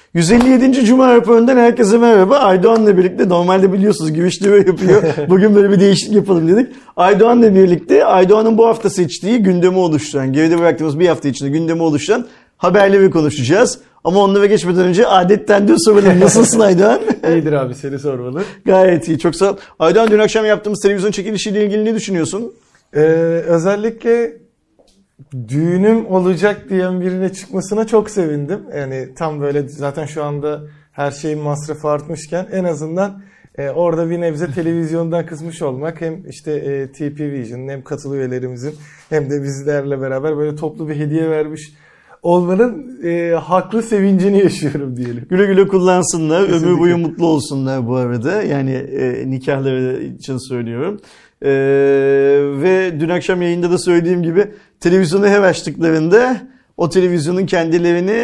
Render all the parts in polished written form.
157. Cuma raporundan herkese merhaba. Aydoğan'la birlikte, normalde biliyorsunuz Güveçli böyle yapıyor. Bugün böyle bir değişiklik yapalım dedik. Aydoğan'la birlikte Aydoğan'ın bu hafta seçtiği gündemi oluşturan, geride bıraktığımız bir hafta içinde gündemi oluşturan haberleri konuşacağız. Ama onlara geçmeden önce adetten de soralım. Nasılsın Aydoğan? İyidir abi, seni sormalı. Gayet iyi, çok sağ ol. Aydoğan, dün akşam yaptığımız televizyon çekilişiyle ilgili ne düşünüyorsun? Özellikle düğünüm olacak diyen birine çıkmasına çok sevindim. Yani tam böyle zaten şu anda her şeyin masrafı artmışken en azından orada bir nebze televizyondan kısmış olmak, hem işte TP Vision'ın hem katıl üyelerimizin hem de bizlerle beraber böyle toplu bir hediye vermiş olmanın haklı sevincini yaşıyorum diyelim. Güle güle kullansınlar, Kesinlikle. ömür boyu mutlu olsunlar bu arada. Yani nikahları için söylüyorum. Ve dün akşam yayında da söylediğim gibi televizyonu her açtıklarında o televizyonun kendilerini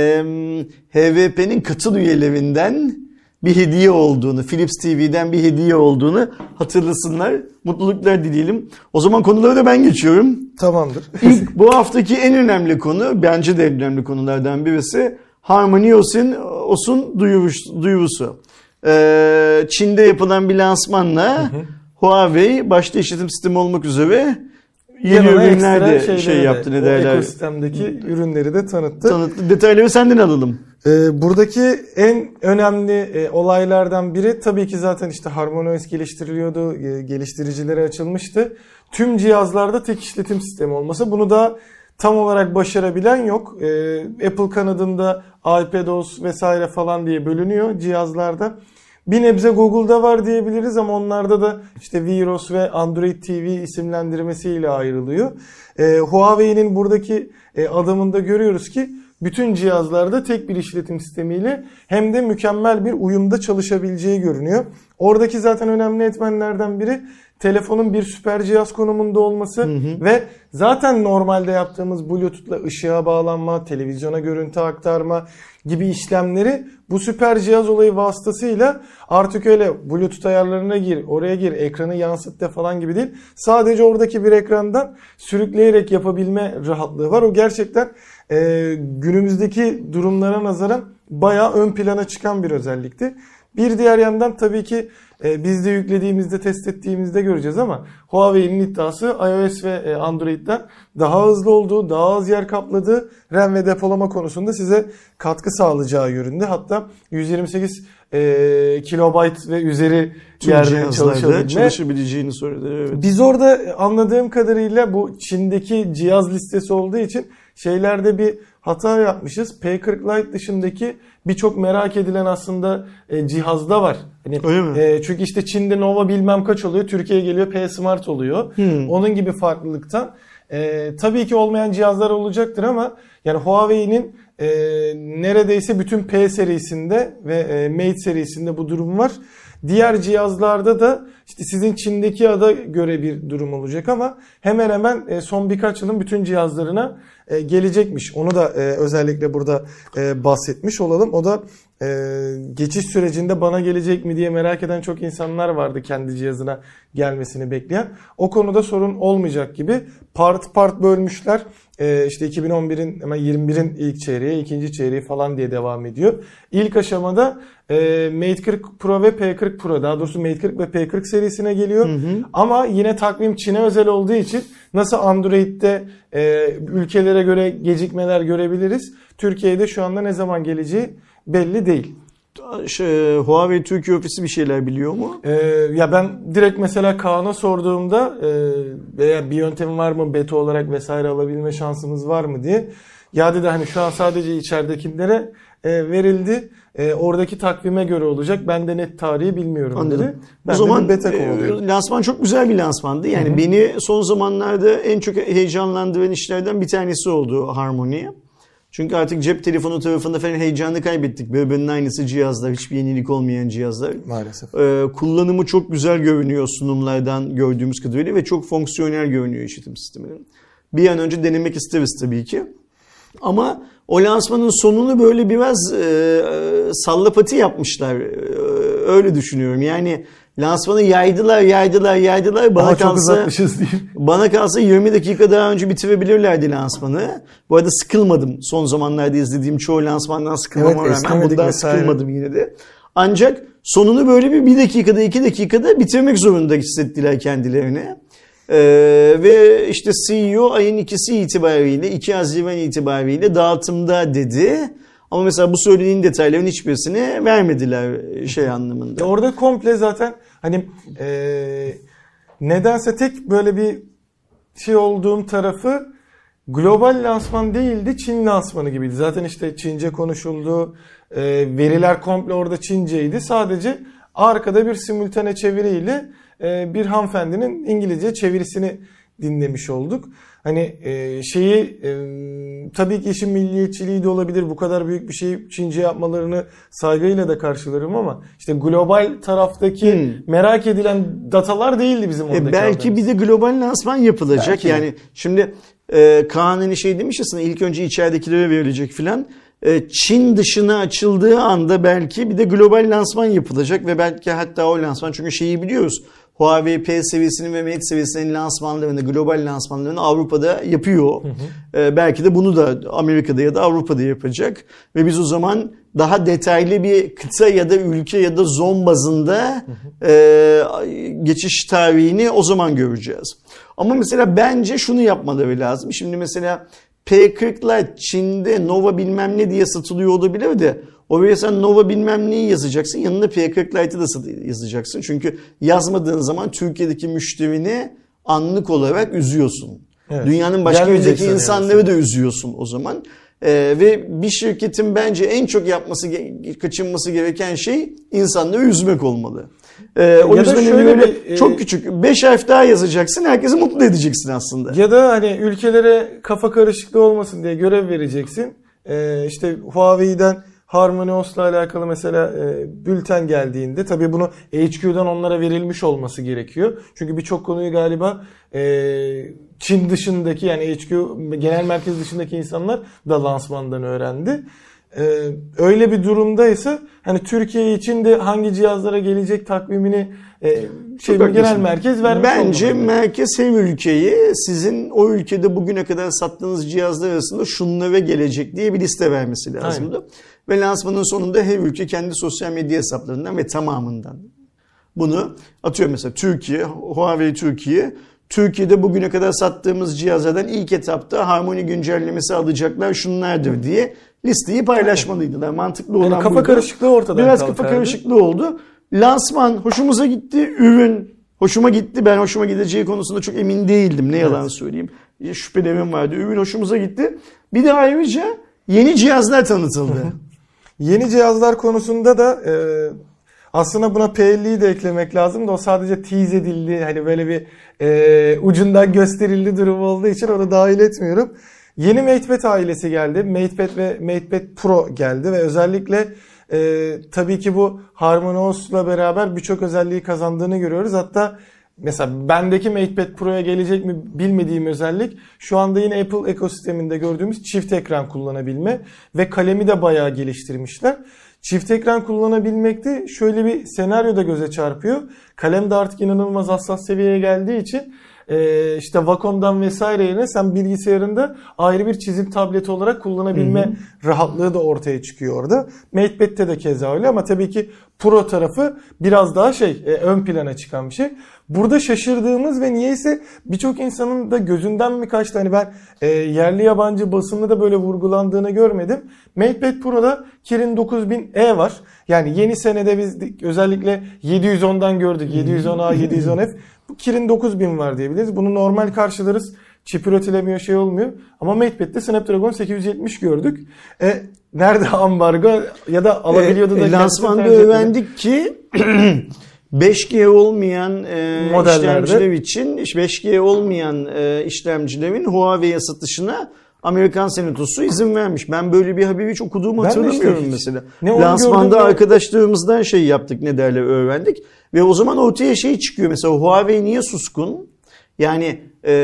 HVP'nin katıl üyelerinden bir hediye olduğunu, Philips TV'den bir hediye olduğunu hatırlasınlar. Mutluluklar dileyelim. O zaman konulara da ben geçiyorum. Tamamdır. İlk bu haftaki en önemli konu, bence de en önemli konulardan birisi, HarmonyOS'un duyurusu. Çin'de yapılan bir lansmanla Huawei başta işletim sistemi olmak üzere yeni ürünler de yaptı. Ne derler? Ekosistemdeki ürünleri de tanıttı. Detayları senden alalım. Buradaki en önemli olaylardan biri tabii ki zaten işte HarmonyOS geliştiriliyordu, geliştiricilere açılmıştı. Tüm cihazlarda tek işletim sistemi olması. Bunu da tam olarak başarabilen yok. Apple kanadında iPadOS vesaire falan diye bölünüyor cihazlarda. Bir nebze Google'da var diyebiliriz ama onlarda da işte VirOS ve Android TV isimlendirmesiyle ayrılıyor. Huawei'nin buradaki adımında görüyoruz ki bütün cihazlarda tek bir işletim sistemiyle hem de mükemmel bir uyumda çalışabileceği görünüyor. Oradaki zaten önemli etmenlerden biri telefonun bir süper cihaz konumunda olması ve zaten normalde yaptığımız Bluetooth'la ışığa bağlanma, televizyona görüntü aktarma gibi işlemleri bu süper cihaz olayı vasıtasıyla artık öyle Bluetooth ayarlarına gir, oraya gir, ekranı yansıt de falan gibi değil. Sadece oradaki bir ekrandan sürükleyerek yapabilme rahatlığı var. O gerçekten günümüzdeki durumlara nazaran bayağı ön plana çıkan bir özellikti. Bir diğer yandan tabii ki biz de yüklediğimizde, test ettiğimizde göreceğiz ama Huawei'nin iddiası iOS ve Android'den daha hızlı olduğu, daha az yer kapladığı, RAM ve depolama konusunda size katkı sağlayacağı yönünde. Hatta 128 kilobayt ve üzeri yerde çalışabileceğini söyledi. Evet. Biz orada anladığım kadarıyla bu Çin'deki cihaz listesi olduğu için şeylerde bir hata yapmışız. P40 Lite dışındaki birçok merak edilen aslında cihazda var. Hani, öyle mi? Çünkü işte Çin'de Nova bilmem kaç oluyor, Türkiye'ye geliyor P Smart oluyor. Onun gibi farklılıktan tabii ki olmayan cihazlar olacaktır ama yani Huawei'nin neredeyse bütün P serisinde ve Mate serisinde bu durum var. Diğer cihazlarda da işte sizin Çin'deki ada göre bir durum olacak ama hemen hemen son birkaç yılın bütün cihazlarına gelecekmiş. Onu da özellikle burada bahsetmiş olalım. O da geçiş sürecinde bana gelecek mi diye merak eden çok insanlar vardı, kendi cihazına gelmesini bekleyen. O konuda sorun olmayacak gibi part bölmüşler. İşte 2011'in hemen 21'in ilk çeyreği, ikinci çeyreği falan diye devam ediyor. İlk aşamada Mate 40 Pro ve P40 Pro, daha doğrusu Mate 40 ve P40 serisine geliyor. Ama yine takvim Çin'e özel olduğu için nasıl Android'de ülkelere göre gecikmeler görebiliriz, Türkiye'de şu anda ne zaman geleceği belli değil. Huawei Türkiye ofisi bir şeyler biliyor mu? Ya ben direkt mesela Kaan'a sorduğumda veya bir yöntemi var mı, beta olarak vesaire alabilme şansımız var mı diye. Ya dedi hani şu an sadece içeridekilere verildi. Oradaki takvime göre olacak. Ben de net tarihi bilmiyorum. Anladım. Dedi. Ben o zaman beta kovalıyorum. Lansman çok güzel bir lansmandı. Yani beni son zamanlarda en çok heyecanlandıran işlerden bir tanesi oldu Harmony. Çünkü artık cep telefonu tarafında falan heyecanı kaybettik. Birbirinin aynısı cihazlar, hiçbir yenilik olmayan cihazlar. Maalesef. Kullanımı çok güzel görünüyor sunumlardan gördüğümüz kadarıyla ve çok fonksiyonel görünüyor işletim sisteminin. Bir an önce denemek isteriz tabii ki. Ama o lansmanın sonunu böyle biraz sallapati yapmışlar. Öyle düşünüyorum. Yani Lansmanı yaydılar. Daha çok uzatmışız diyeyim. Bana kalsa 20 dakika daha önce bitirebilirlerdi lansmanı. Bu arada sıkılmadım. Son zamanlarda izlediğim çoğu lansmandan sıkılmama rağmen bundan sıkılmadım yine de. Ancak sonunu böyle bir dakikada 2 dakikada bitirmek zorunda hissettiler kendilerini. Ve işte CEO ayın 2'si itibariyle 2 Haziran itibariyle dağıtımda dedi. Ama mesela bu söylediğin detayların hiçbirisini vermediler şey anlamında. Orada komple zaten hani nedense tek böyle bir şey olduğum tarafı global lansman değildi, Çin lansmanı gibiydi. Zaten işte Çince konuşuldu, veriler komple orada Çinceydi. Sadece arkada bir simultane çeviriyle bir hanımefendinin İngilizce çevirisini dinlemiş olduk. Hani tabii ki işin milliyetçiliği de olabilir. Bu kadar büyük bir şeyi Çince yapmalarını saygıyla da karşılarım ama işte global taraftaki merak edilen datalar değildi bizim oradaki belki aldığımız. bir de global lansman yapılacak. Belki yani şimdi Kaan hani şey demiş aslında ilk önce içeridekilere verilecek filan. Çin dışına açıldığı anda belki bir de global lansman yapılacak ve belki hatta o lansman çünkü şeyi biliyoruz. Huawei P seviyesinin ve Mate seviyesinin lansmanlarını, global lansmanlarını Avrupa'da yapıyor. Belki de bunu da Amerika'da ya da Avrupa'da yapacak. Ve biz o zaman daha detaylı bir kıta ya da ülke ya da zon bazında geçiş tarihini o zaman göreceğiz. Ama mesela bence şunu yapmaları lazım. Şimdi mesela P40'lar Çin'de Nova bilmem ne diye satılıyor olabilir de oraya sen Nova bilmem neyi yazacaksın. Yanına P40 Lite'ı da yazacaksın. Çünkü yazmadığın zaman Türkiye'deki müşterini anlık olarak üzüyorsun. Evet. Dünyanın başka ülkedeki insanları da üzüyorsun o zaman. Ve bir şirketin bence en çok kaçınması gereken şey insanları üzmek olmalı. O yüzden böyle çok küçük 5 harf daha yazacaksın, herkesi mutlu edeceksin aslında. Ya da hani ülkelere kafa karışıklığı olmasın diye görev vereceksin. İşte Huawei'den HarmonyOS'la alakalı mesela bülten geldiğinde tabii bunu HQ'dan onlara verilmiş olması gerekiyor. Çünkü birçok konuyu galiba Çin dışındaki yani HQ genel merkez dışındaki insanlar da lansmandan öğrendi. Öyle bir durumdaysa hani Türkiye için de hangi cihazlara gelecek takvimini genel merkez vermiş olmalı. Bence merkez her ülkeyi sizin o ülkede bugüne kadar sattığınız cihazlar arasında şunlara gelecek diye bir liste vermesi lazımdı. Aynen. Ve lansmanın sonunda her ülke kendi sosyal medya hesaplarından ve tamamından bunu atıyor. Mesela Türkiye, Huawei Türkiye'de bugüne kadar sattığımız cihazlardan ilk etapta Harmony güncellemesi alacaklar şunlardır diye listeyi paylaşmalıydılar. Mantıklı olan kafa karışıklığı ortadan biraz kafa karışıklığı oldu. Lansman hoşumuza gitti, ürün hoşuma gitti. Ben hoşuma gideceği konusunda çok emin değildim. Ne yalan söyleyeyim. Şüphelerim vardı. Ürün hoşumuza gitti. Bir de ayrıca yeni cihazlar tanıtıldı. Yeni cihazlar konusunda da aslında buna P50'yi de eklemek lazım da o sadece tease edildi. Hani böyle bir ucundan gösterildi durum olduğu için onu dahil etmiyorum. Yeni MatePad ailesi geldi. MatePad ve MatePad Pro geldi ve özellikle tabii ki bu HarmonyOS'la beraber birçok özelliği kazandığını görüyoruz. Hatta mesela bendeki MatePad Pro'ya gelecek mi bilmediğim özellik şu anda yine Apple ekosisteminde gördüğümüz çift ekran kullanabilme ve kalemi de bayağı geliştirmişler. Çift ekran kullanabilmekte şöyle bir senaryo da göze çarpıyor. Kalem de artık inanılmaz hassas seviyeye geldiği için işte Wacom'dan vesaire yerine sen bilgisayarında ayrı bir çizim tableti olarak kullanabilme rahatlığı da ortaya çıkıyor orada. MatePad'te de keza öyle ama tabii ki Pro tarafı biraz daha ön plana çıkan bir şey. Burada şaşırdığımız ve niyeyse birçok insanın da gözünden mi kaçtı hani ben yerli yabancı basında da böyle vurgulandığını görmedim. MatePad Pro'da Kirin 9000E var. Yani yeni senede biz özellikle 710'dan gördük. 710A, 710F. Bu Kirin 9000 var diyebiliriz. Bunu normal karşılarız. Çip üretilemiyor olmuyor. Ama MatePad'de Snapdragon 870 gördük. Nerede ambargo ya da alabiliyordu da lansmanda öğrendik ki 5G olmayan işlemciler için 5G olmayan işlemcilerin Huawei'ye satışına Amerikan Senatosu izin vermiş. Ben böyle bir haberi hiç okuduğumu hatırlamıyorum mesela. Lansmanda arkadaşlarımızdan yaptık öğrendik. Ve o zaman ortaya çıkıyor mesela Huawei niye suskun? Yani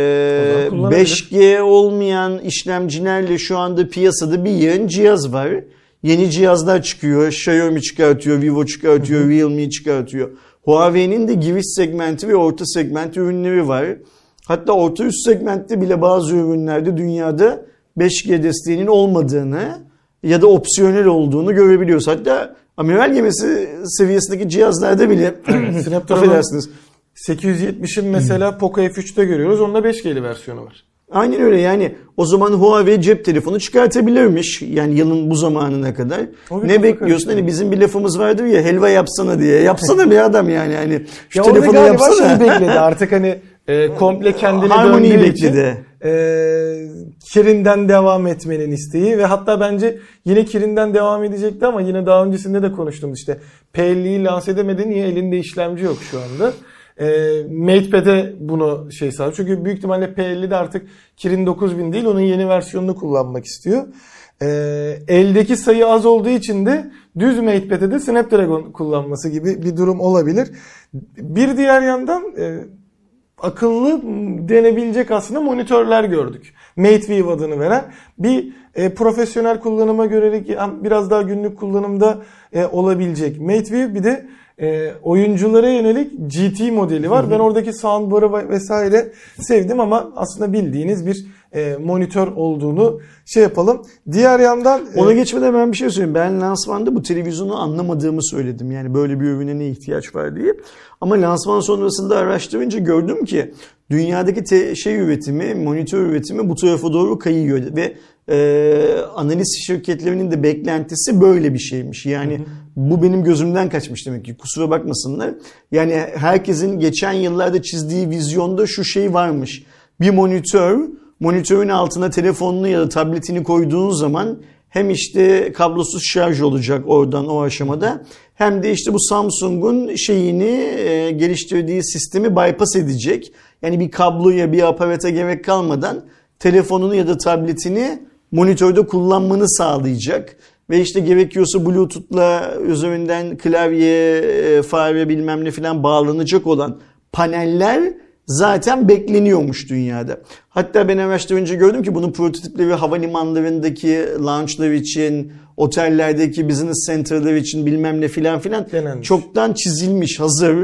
5G olmayan işlemcilerle şu anda piyasada bir yığın cihaz var. Yeni cihazlar çıkıyor. Xiaomi çıkartıyor, Vivo çıkartıyor, Realme çıkartıyor. Huawei'nin de giriş segmenti ve orta segment ürünleri var. Hatta orta üst segmentte bile bazı ürünlerde dünyada 5G desteğinin olmadığını ya da opsiyonel olduğunu görebiliyoruz. Hatta amiral gemisi seviyesindeki cihazlarda bile affedersiniz. 870'in mesela Poco F3'te görüyoruz. Onda 5G'li versiyonu var. Aynen öyle, yani o zaman Huawei cep telefonu çıkartabilirmiş yani yılın bu zamanına kadar. Ne bekliyorsun? Hani bizim bir lafımız vardır ya, helva yapsana diye. Yapsana bir adam yani. Hani şu ya telefonu yapsana. Şunu bekledi artık hani komple kendine Harmony'yi döndüğü bekledi. için Kirin'den devam etmenin isteği ve hatta bence yine Kirin'den devam edecekti ama yine daha öncesinde de konuştum işte. P50'yi lanse edemedi, niye? Elinde işlemci yok şu anda. MatePad'e bunu sağlıyor. Çünkü büyük ihtimalle P50'de artık Kirin 9000 değil, onun yeni versiyonunu kullanmak istiyor. Eldeki sayı az olduğu için de düz MatePad'e de Snapdragon kullanması gibi bir durum olabilir. Bir diğer yandan akıllı denebilecek aslında monitörler gördük. MateView adını veren bir profesyonel kullanıma göre biraz daha günlük kullanımda olabilecek MateView, bir de oyunculara yönelik GT modeli var. Ben oradaki soundbar'ı vesaire sevdim ama aslında bildiğiniz bir monitör olduğunu yapalım. Diğer yandan ona geçmeden ben bir şey söyleyeyim. Ben lansmanda bu televizyonu anlamadığımı söyledim. Yani böyle bir ürüne ne ihtiyaç var diye. Ama lansman sonrasında araştırınca gördüm ki dünyadaki üretimi, monitör üretimi bu tarafa doğru kayıyor ve analiz şirketlerinin de beklentisi böyle bir şeymiş. Yani bu benim gözümden kaçmış demek ki. Kusura bakmasınlar. Yani herkesin geçen yıllarda çizdiği vizyonda şu şey varmış. Bir monitörün altına telefonunu ya da tabletini koyduğun zaman hem işte kablosuz şarj olacak oradan o aşamada, hem de işte bu Samsung'un geliştirdiği sistemi bypass edecek. Yani bir kabloya, bir aparata gerek kalmadan telefonunu ya da tabletini monitörde kullanmanı sağlayacak. Ve işte gerekiyorsa Bluetooth'la üzerinden klavye, fare bilmem ne falan bağlanacak olan paneller zaten bekleniyormuş dünyada. Hatta ben araştırınca gördüm ki bunun prototipleri havalimanlarındaki lounge'lar için, otellerdeki business center'lar için bilmem ne filan çoktan çizilmiş, hazır.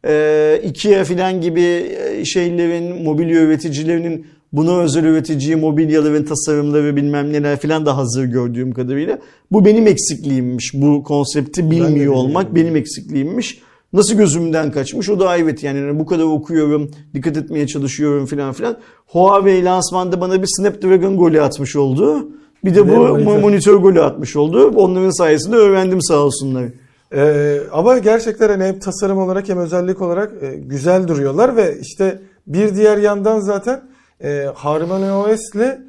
IKEA filan gibi mobilya üreticilerinin buna özel üreticiyi mobilyaların tasarımları bilmem neler filan da hazır gördüğüm kadarıyla. Bu benim eksikliğimmiş. Bu konsepti bilmiyor olmak benim eksikliğimmiş. Nasıl gözümden kaçmış? O da evet, yani bu kadar okuyorum, dikkat etmeye çalışıyorum filan. Huawei lansmanda bana bir Snapdragon golü atmış oldu. Bir de bu monitör golü atmış oldu. Onların sayesinde öğrendim, sağ olsunlar. Ama gerçekten hem tasarım olarak hem özellik olarak güzel duruyorlar ve işte bir diğer yandan zaten HarmonyOS ile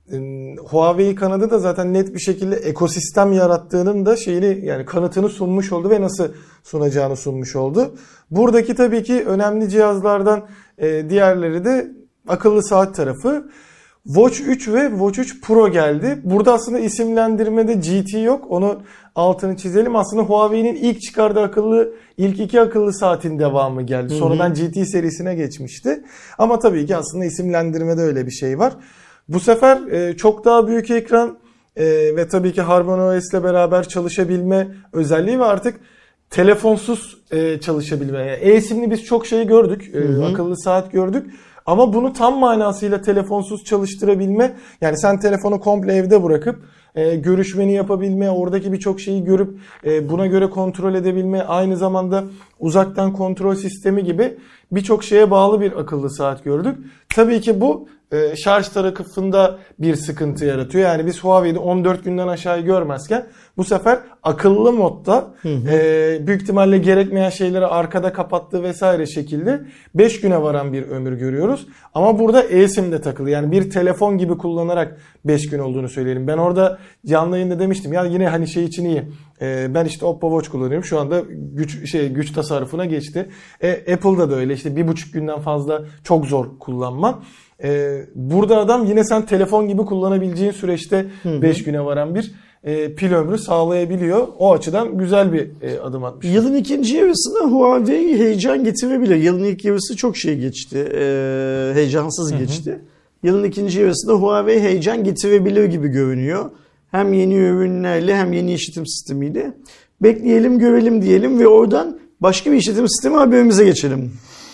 Huawei kanadı da zaten net bir şekilde ekosistem yarattığının da yani kanıtını sunmuş oldu ve nasıl sunacağını sunmuş oldu. Buradaki tabii ki önemli cihazlardan diğerleri de akıllı saat tarafı. Watch 3 ve Watch 3 Pro geldi. Burada aslında isimlendirmede GT yok. Onu altını çizelim. Aslında Huawei'nin ilk çıkardığı ilk iki akıllı saatin devamı geldi. Sonradan GT serisine geçmişti. Ama tabii ki aslında isimlendirmede öyle bir şey var. Bu sefer çok daha büyük ekran ve tabii ki HarmonyOS ile beraber çalışabilme özelliği ve artık telefonsuz çalışabilme. Yani eSIM'li biz çok şey gördük. Akıllı saat gördük. Ama bunu tam manasıyla telefonsuz çalıştırabilme, yani sen telefonu komple evde bırakıp görüşmeni yapabilme, oradaki birçok şeyi görüp buna göre kontrol edebilme, aynı zamanda uzaktan kontrol sistemi gibi birçok şeye bağlı bir akıllı saat gördük. Tabii ki bu şarj tarafında bir sıkıntı yaratıyor. Yani biz Huawei'de 14 günden aşağı görmezken bu sefer akıllı modda büyük ihtimalle gerekmeyen şeyleri arkada kapattığı vesaire şekilde 5 güne varan bir ömür görüyoruz. Ama burada eSIM'de takılı. Yani bir telefon gibi kullanarak 5 gün olduğunu söyleyelim. Ben orada canlı yayında demiştim. Ya yine hani için iyi. Ben işte Oppo Watch kullanıyorum. Şu anda güç tasarrufuna geçti. Apple'da da öyle. İşte 1,5 günden fazla çok zor kullanmam. Burada adam yine sen telefon gibi kullanabileceğin süreçte 5 güne varan bir pil ömrü sağlayabiliyor. O açıdan güzel bir adım atmış. Yılın ikinci yarısında Huawei heyecan getirebilir. Yılın ilk yarısı çok geçti. Heyecansız geçti. Yılın ikinci yarısında Huawei heyecan getirebilir gibi görünüyor. Hem yeni ürünlerle hem yeni işletim sistemiyle. Bekleyelim, görelim diyelim ve oradan Başka bir işletim sistemi haberimize geçelim.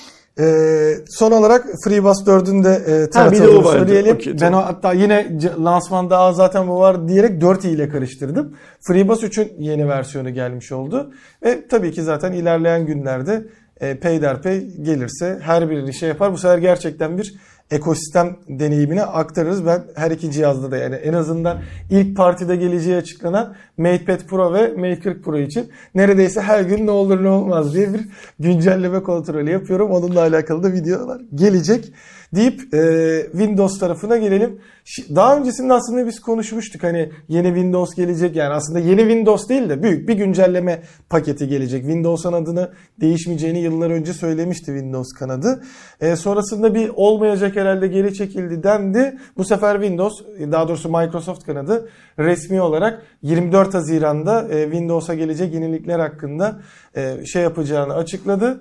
Son olarak FreeBUS 4'ün de bir de tanıtımını o vardı. söyleyelim. Okay, ben tamam. hatta yine lansmanda zaten bu var diyerek 4i ile karıştırdım. FreeBUS 3'ün yeni versiyonu gelmiş oldu. Ve tabii ki zaten ilerleyen günlerde peyderpey gelirse her birini şey yapar. Bu sefer gerçekten bir ekosistem deneyimini aktarırız. Ben her iki cihazda da, yani en azından ilk partide geleceği açıklanan MatePad Pro ve Mate 40 Pro için neredeyse her gün ne olur ne olmaz diye bir güncelleme kontrolü yapıyorum. Onunla alakalı da videolar gelecek deyip Windows tarafına gelelim. Daha öncesinde aslında biz konuşmuştuk, hani yeni Windows gelecek, yani aslında yeni Windows değil de büyük bir güncelleme paketi gelecek. Windows'un adını değişmeyeceğini yıllar önce söylemişti Windows kanadı. Sonrasında bir olmayacak herhalde, geri çekildi dendi. Bu sefer Windows, daha doğrusu Microsoft kanadı resmi olarak 24 Haziran'da Windows'a gelecek yenilikler hakkında şey yapacağını açıkladı.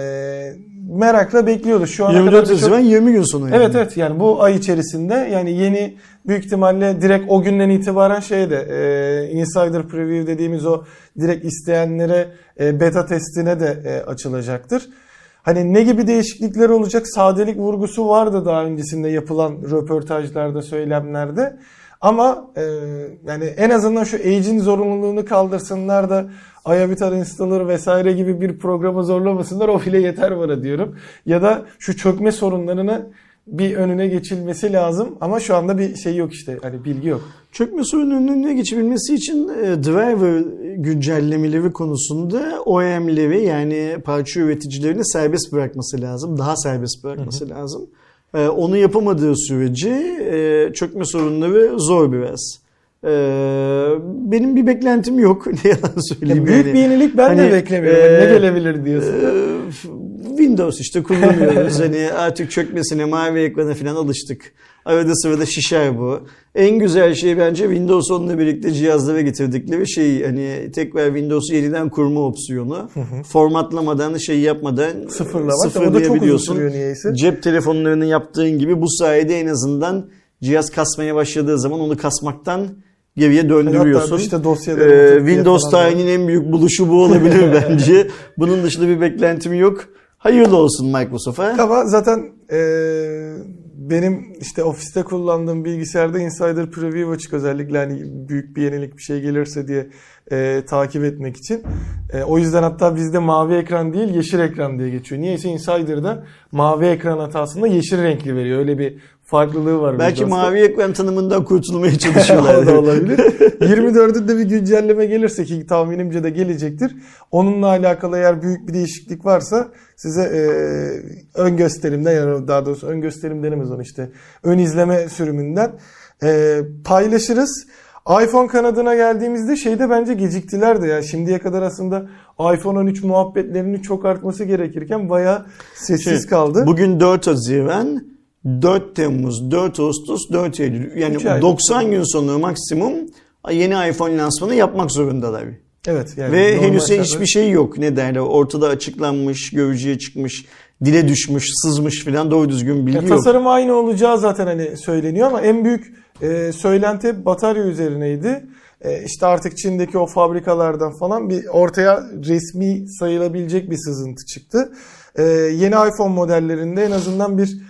Merakla bekliyoruz. Şu ana 24 Haziran 20 gün sonra. Yani. Evet yani bu ay içerisinde, yani yeni büyük ihtimalle direkt o günden itibaren Insider Preview dediğimiz o direkt isteyenlere beta testine de açılacaktır. Hani ne gibi değişiklikler olacak? Sadelik vurgusu vardı daha öncesinde yapılan röportajlarda, söylemlerde. Ama yani en azından şu Edge'in zorunluluğunu kaldırsınlar da iObitar Installer vesaire gibi bir programı zorlamasınlar, o bile yeter bana diyorum. Ya da şu çökme sorunlarını bir önüne geçilmesi lazım ama şu anda bir şey yok işte, hani bilgi yok. Çökme sorununun önüne geçebilmesi için driver güncellemeleri konusunda OEM'leri, yani parça üreticilerini serbest bırakması lazım. Daha serbest bırakması lazım. Onu yapamadığı sürece çökme sorunları zor biraz. Benim bir beklentim yok. Ne yalan söyleyeyim. Büyük bir yenilik ben de beklemiyorum. Ne gelebilir diyorsun. Windows işte kullanıyoruz. Hani artık çökmesine, mavi ekrana falan alıştık. Arada sırada şişer bu. En güzel şey bence Windows 10'la birlikte cihazlara getirdikleri şey, hani tekrar Windows'u yeniden kurma opsiyonu. Formatlamadan, şey yapmadan sıfırlayabiliyorsun. Cep telefonlarının yaptığın gibi bu sayede en azından cihaz kasmaya başladığı zaman onu kasmaktan geriye döndürüyorsun. Hatta işte Windows tarihinin en büyük buluşu bu olabilir bence. Bunun dışında bir beklentim yok. Hayırlı olsun Microsoft'a. Ama zaten benim işte ofiste kullandığım bilgisayarda Insider Preview açık, özellikle hani büyük bir yenilik bir şey gelirse diye takip etmek için. O yüzden hatta bizde mavi ekran değil yeşil ekran diye geçiyor. Niyeyse Insider'da mavi ekran hatasında yeşil renkli veriyor. Öyle bir farklılığı var. Belki mavi ekran tanımından kurtulmaya çalışıyorlar. O da olabilir. 24'ünde bir güncelleme gelirse, ki tahminimce de gelecektir. Onunla alakalı eğer büyük bir değişiklik varsa size ön gösterimden, yani daha doğrusu ön gösterim denemez onu, işte ön izleme sürümünden paylaşırız. iPhone kanadına geldiğimizde şeyde bence geciktiler de ya. Şimdiye kadar aslında iPhone 13 muhabbetlerinin çok artması gerekirken bayağı sessiz kaldı. Bugün 4 Haziran, 4 Temmuz, 4 Ağustos, 4 Eylül. Yani 90 gün sonra maksimum yeni iPhone lansmanı yapmak zorundalar. Evet. Yani ve henüz hiçbir şey yok. Ne derler? Ortada açıklanmış, görücüye çıkmış, dile düşmüş, sızmış falan doğru düzgün bilgi yok. Tasarım aynı olacağı zaten hani söyleniyor ama en büyük söylenti batarya üzerineydi. İşte artık Çin'deki o fabrikalardan falan bir ortaya resmi sayılabilecek bir sızıntı çıktı. Yeni iPhone modellerinde en azından bir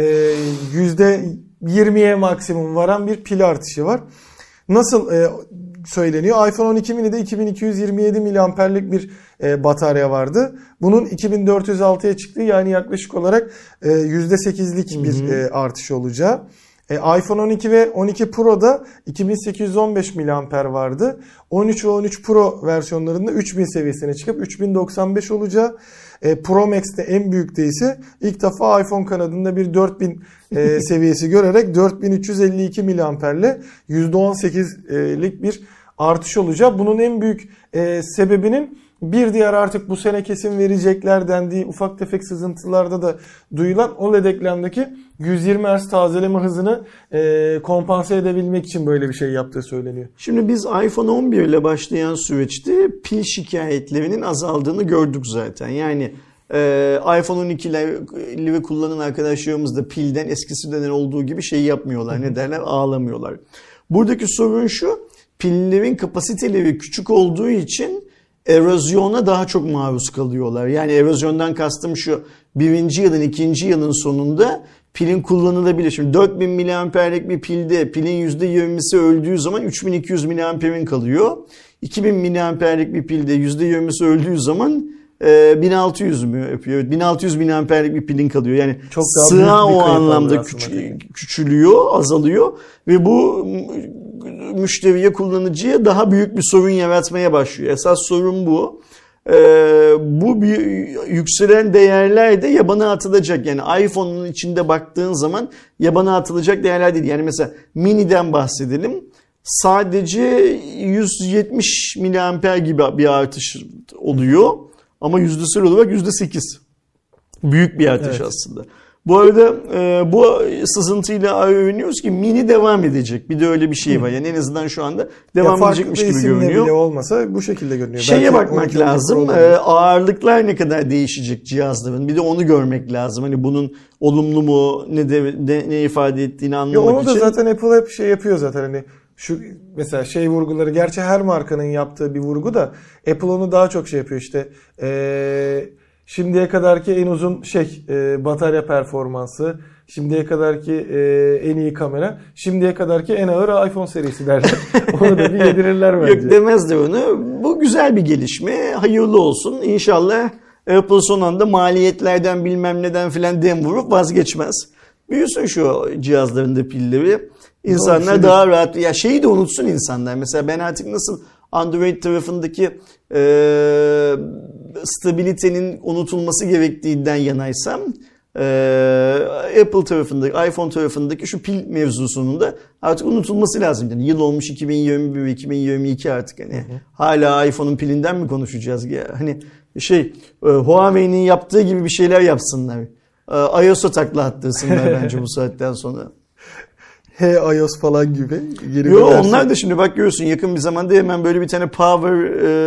%20'ye maksimum varan bir pil artışı var. Nasıl söyleniyor? iPhone 12 mini'de 2227 miliamperlik bir batarya vardı. Bunun 2406'ya çıktığı, yani yaklaşık olarak %8'lik bir artış olacağı. iPhone 12 ve 12 Pro'da 2815 miliamper vardı. 13 ve 13 Pro versiyonlarında 3000 seviyesine çıkıp 3095 olacağı. Pro Max'te en büyükte ise ilk defa iPhone kanadında bir 4000 seviyesi görerek 4352 miliamperle %18'lik bir artış olacak. Bunun en büyük sebebinin bir diğer, artık bu sene kesin verecekler dendiği ufak tefek sızıntılarda da duyulan OLED eklemdeki 120 Hz tazeleme hızını kompanse edebilmek için böyle bir şey yaptığı söyleniyor. Şimdi biz iPhone 11 ile başlayan süreçte pil şikayetlerinin azaldığını gördük zaten. Yani iPhone 12'leri kullanan arkadaşlarımız da pilden eskisinden olduğu gibi şey yapmıyorlar. Ne derler? Ağlamıyorlar. Buradaki sorun şu: pillerin kapasiteleri küçük olduğu için erozyona daha çok maruz kalıyorlar. Yani erozyondan kastım şu, birinci yılın, ikinci yılın sonunda pilin kullanılabilir. Şimdi 4000 miliamperlik bir pilde pilin %20'si öldüğü zaman 3200 miliamperin kalıyor. 2000 miliamperlik bir pilde %20'si öldüğü zaman 1600 mü yapıyor? 1600 miliamperlik bir pilin kalıyor. Yani çok daha sığa o anlamda küçülüyor, azalıyor ve bu müşteriye, kullanıcıya daha büyük bir sorun yaratmaya başlıyor. Esas sorun bu. Bu bir yükselen değerler de yabana atılacak. Yani iPhone'un içinde baktığın zaman yabana atılacak değerler değil. Yani mesela Mini'den bahsedelim. Sadece 170 miliamper gibi bir artış oluyor. Ama yüzdesel olarak %8. Büyük bir artış aslında. Bu arada bu sızıntıyla övünüyoruz ki Mini devam edecek. Bir de öyle bir şey var. Yani en azından şu anda devam edecekmiş gibi görünüyor. Bile olmasa bu şekilde görünüyor. Şeye bakmak lazım. Ağırlıklar ne kadar değişecek cihazların. Bir de onu görmek lazım. Hani bunun olumlu mu, ne ifade ettiğini anlamak onu için. da zaten Apple hep şey yapıyor zaten. Hani şu mesela şey vurguları, gerçi her markanın yaptığı bir vurgu da Apple onu daha çok şey yapıyor işte. Şimdiye kadarki en uzun batarya performansı, şimdiye kadarki en iyi kamera, şimdiye kadarki en ağır iPhone serisi derler. Onu da bir yedirirler bence. Yok demezler onu. Bu güzel bir gelişme. Hayırlı olsun. İnşallah Apple son anda maliyetlerden bilmem neden filan dem vurup vazgeçmez. Büyüsün şu cihazlarında pilleri. İnsanlar daha rahat. Ya şeyi de unutsun insanlar. Mesela ben artık nasıl Android tarafındaki stabilitenin unutulması gerektiğinden yanaysam Apple tarafındaki, iPhone tarafındaki şu pil mevzusunun da artık unutulması lazım. Yani yıl olmuş 2021, 2022 artık hani hala iPhone'un pilinden mi konuşacağız ya? Hani Huawei'nin yaptığı gibi bir şeyler yapsınlar. iOS'a takla attırsınlar bence bu saatten sonra. iOS falan gibi. Yok onlar da şimdi bak görüyorsun yakın bir zamanda hemen böyle bir tane power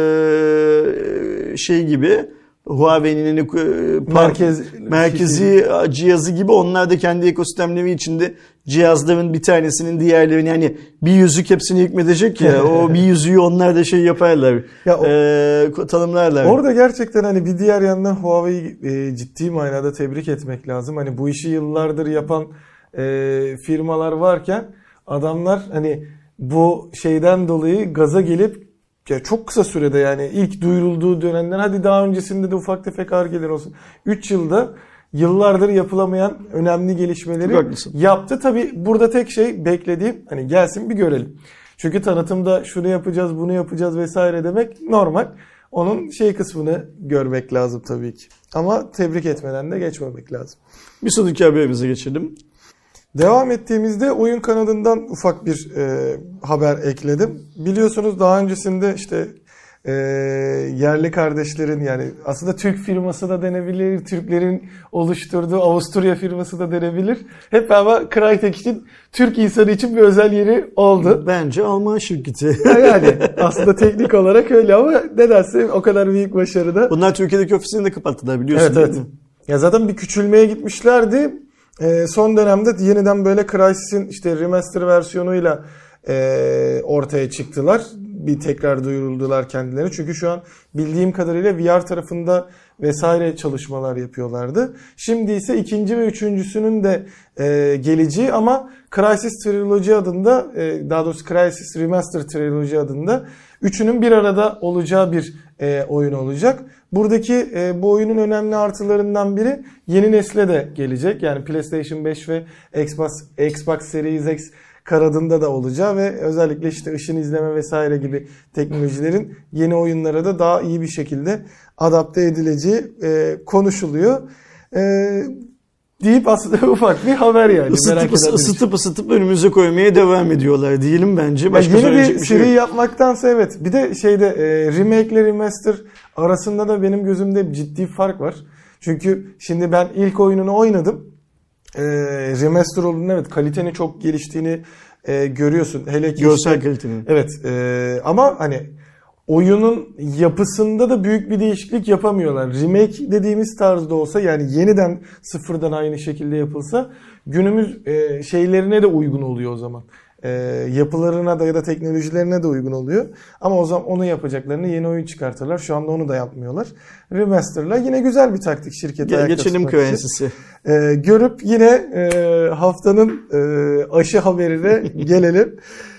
gibi Huawei'nin merkezi cihazı gibi onlar da kendi ekosistemleri içinde cihazların bir tanesinin diğerlerini yani bir yüzük hepsini hükmedecek ya o bir yüzüğü onlar da yaparlar. Tanımlarlar. Orada gerçekten hani bir diğer yandan Huawei'yi ciddi manada tebrik etmek lazım. Hani bu işi yıllardır yapan firmalar varken adamlar hani bu şeyden dolayı gaza gelip çok kısa sürede yani ilk duyurulduğu dönemden hadi daha öncesinde de ufak tefek Ar-Ge'ler olsun. 3 yılda yıllardır yapılamayan önemli gelişmeleri yaptı. Tabi burada tek şey beklediğim hani gelsin bir görelim. Çünkü tanıtımda şunu yapacağız bunu yapacağız vesaire demek normal. Onun kısmını görmek lazım tabii ki. Ama tebrik etmeden de geçmemek lazım. Bir sonraki haberimize geçelim. Devam ettiğimizde oyun kanalından ufak bir haber ekledim. Biliyorsunuz daha öncesinde yerli kardeşlerin yani aslında Türk firması da denebilir, Türklerin oluşturduğu Avusturya firması da denebilir. Hep ama Crytek'in Türk insanı için bir özel yeri oldu. Bence Alman şirketi. Yani aslında teknik olarak öyle ama nedense o kadar büyük başarıda. Bunlar Türkiye'deki ofisini de kapattılar biliyorsun. Evet. Ya zaten bir küçülmeye gitmişlerdi. Son dönemde yeniden böyle Crysis'in remaster versiyonuyla ortaya çıktılar. Bir tekrar duyuruldular kendileri. Çünkü şu an bildiğim kadarıyla VR tarafında vesaire çalışmalar yapıyorlardı. Şimdi ise ikinci ve üçüncüsünün de geleceği ama Crysis Trilogy adında daha doğrusu Crysis Remaster Trilogy adında üçünün bir arada olacağı bir oyun olacak. Buradaki bu oyunun önemli artılarından biri yeni nesle de gelecek. Yani PlayStation 5 ve Xbox Series X kanadında da olacağı ve özellikle ışın izleme vesaire gibi teknolojilerin yeni oyunlara da daha iyi bir şekilde adapte edileceği konuşuluyor. Deyip aslında ufak bir haber yani. Isıtıp önümüze koymaya devam ediyorlar diyelim bence. Başka yeni bir seri yapmaktansa evet. Bir de remake ile remaster arasında da benim gözümde ciddi fark var. Çünkü şimdi ben ilk oyununu oynadım. Remaster olduğunda evet kalitenin çok geliştiğini görüyorsun. Hele ki görsel kalitenin. Evet. Ama hani oyunun yapısında da büyük bir değişiklik yapamıyorlar. Remake dediğimiz tarzda olsa yani yeniden sıfırdan aynı şekilde yapılsa günümüz şeylerine de uygun oluyor o zaman. yapılarına da ya da teknolojilerine de uygun oluyor. Ama o zaman onu yapacaklarını yeni oyun çıkartırlar. Şu anda onu da yapmıyorlar. Remaster'la yine güzel bir taktik şirketi ayakta Geçelim tutmak için. Cryensis'i. Görüp yine haftanın aşı haberine gelelim.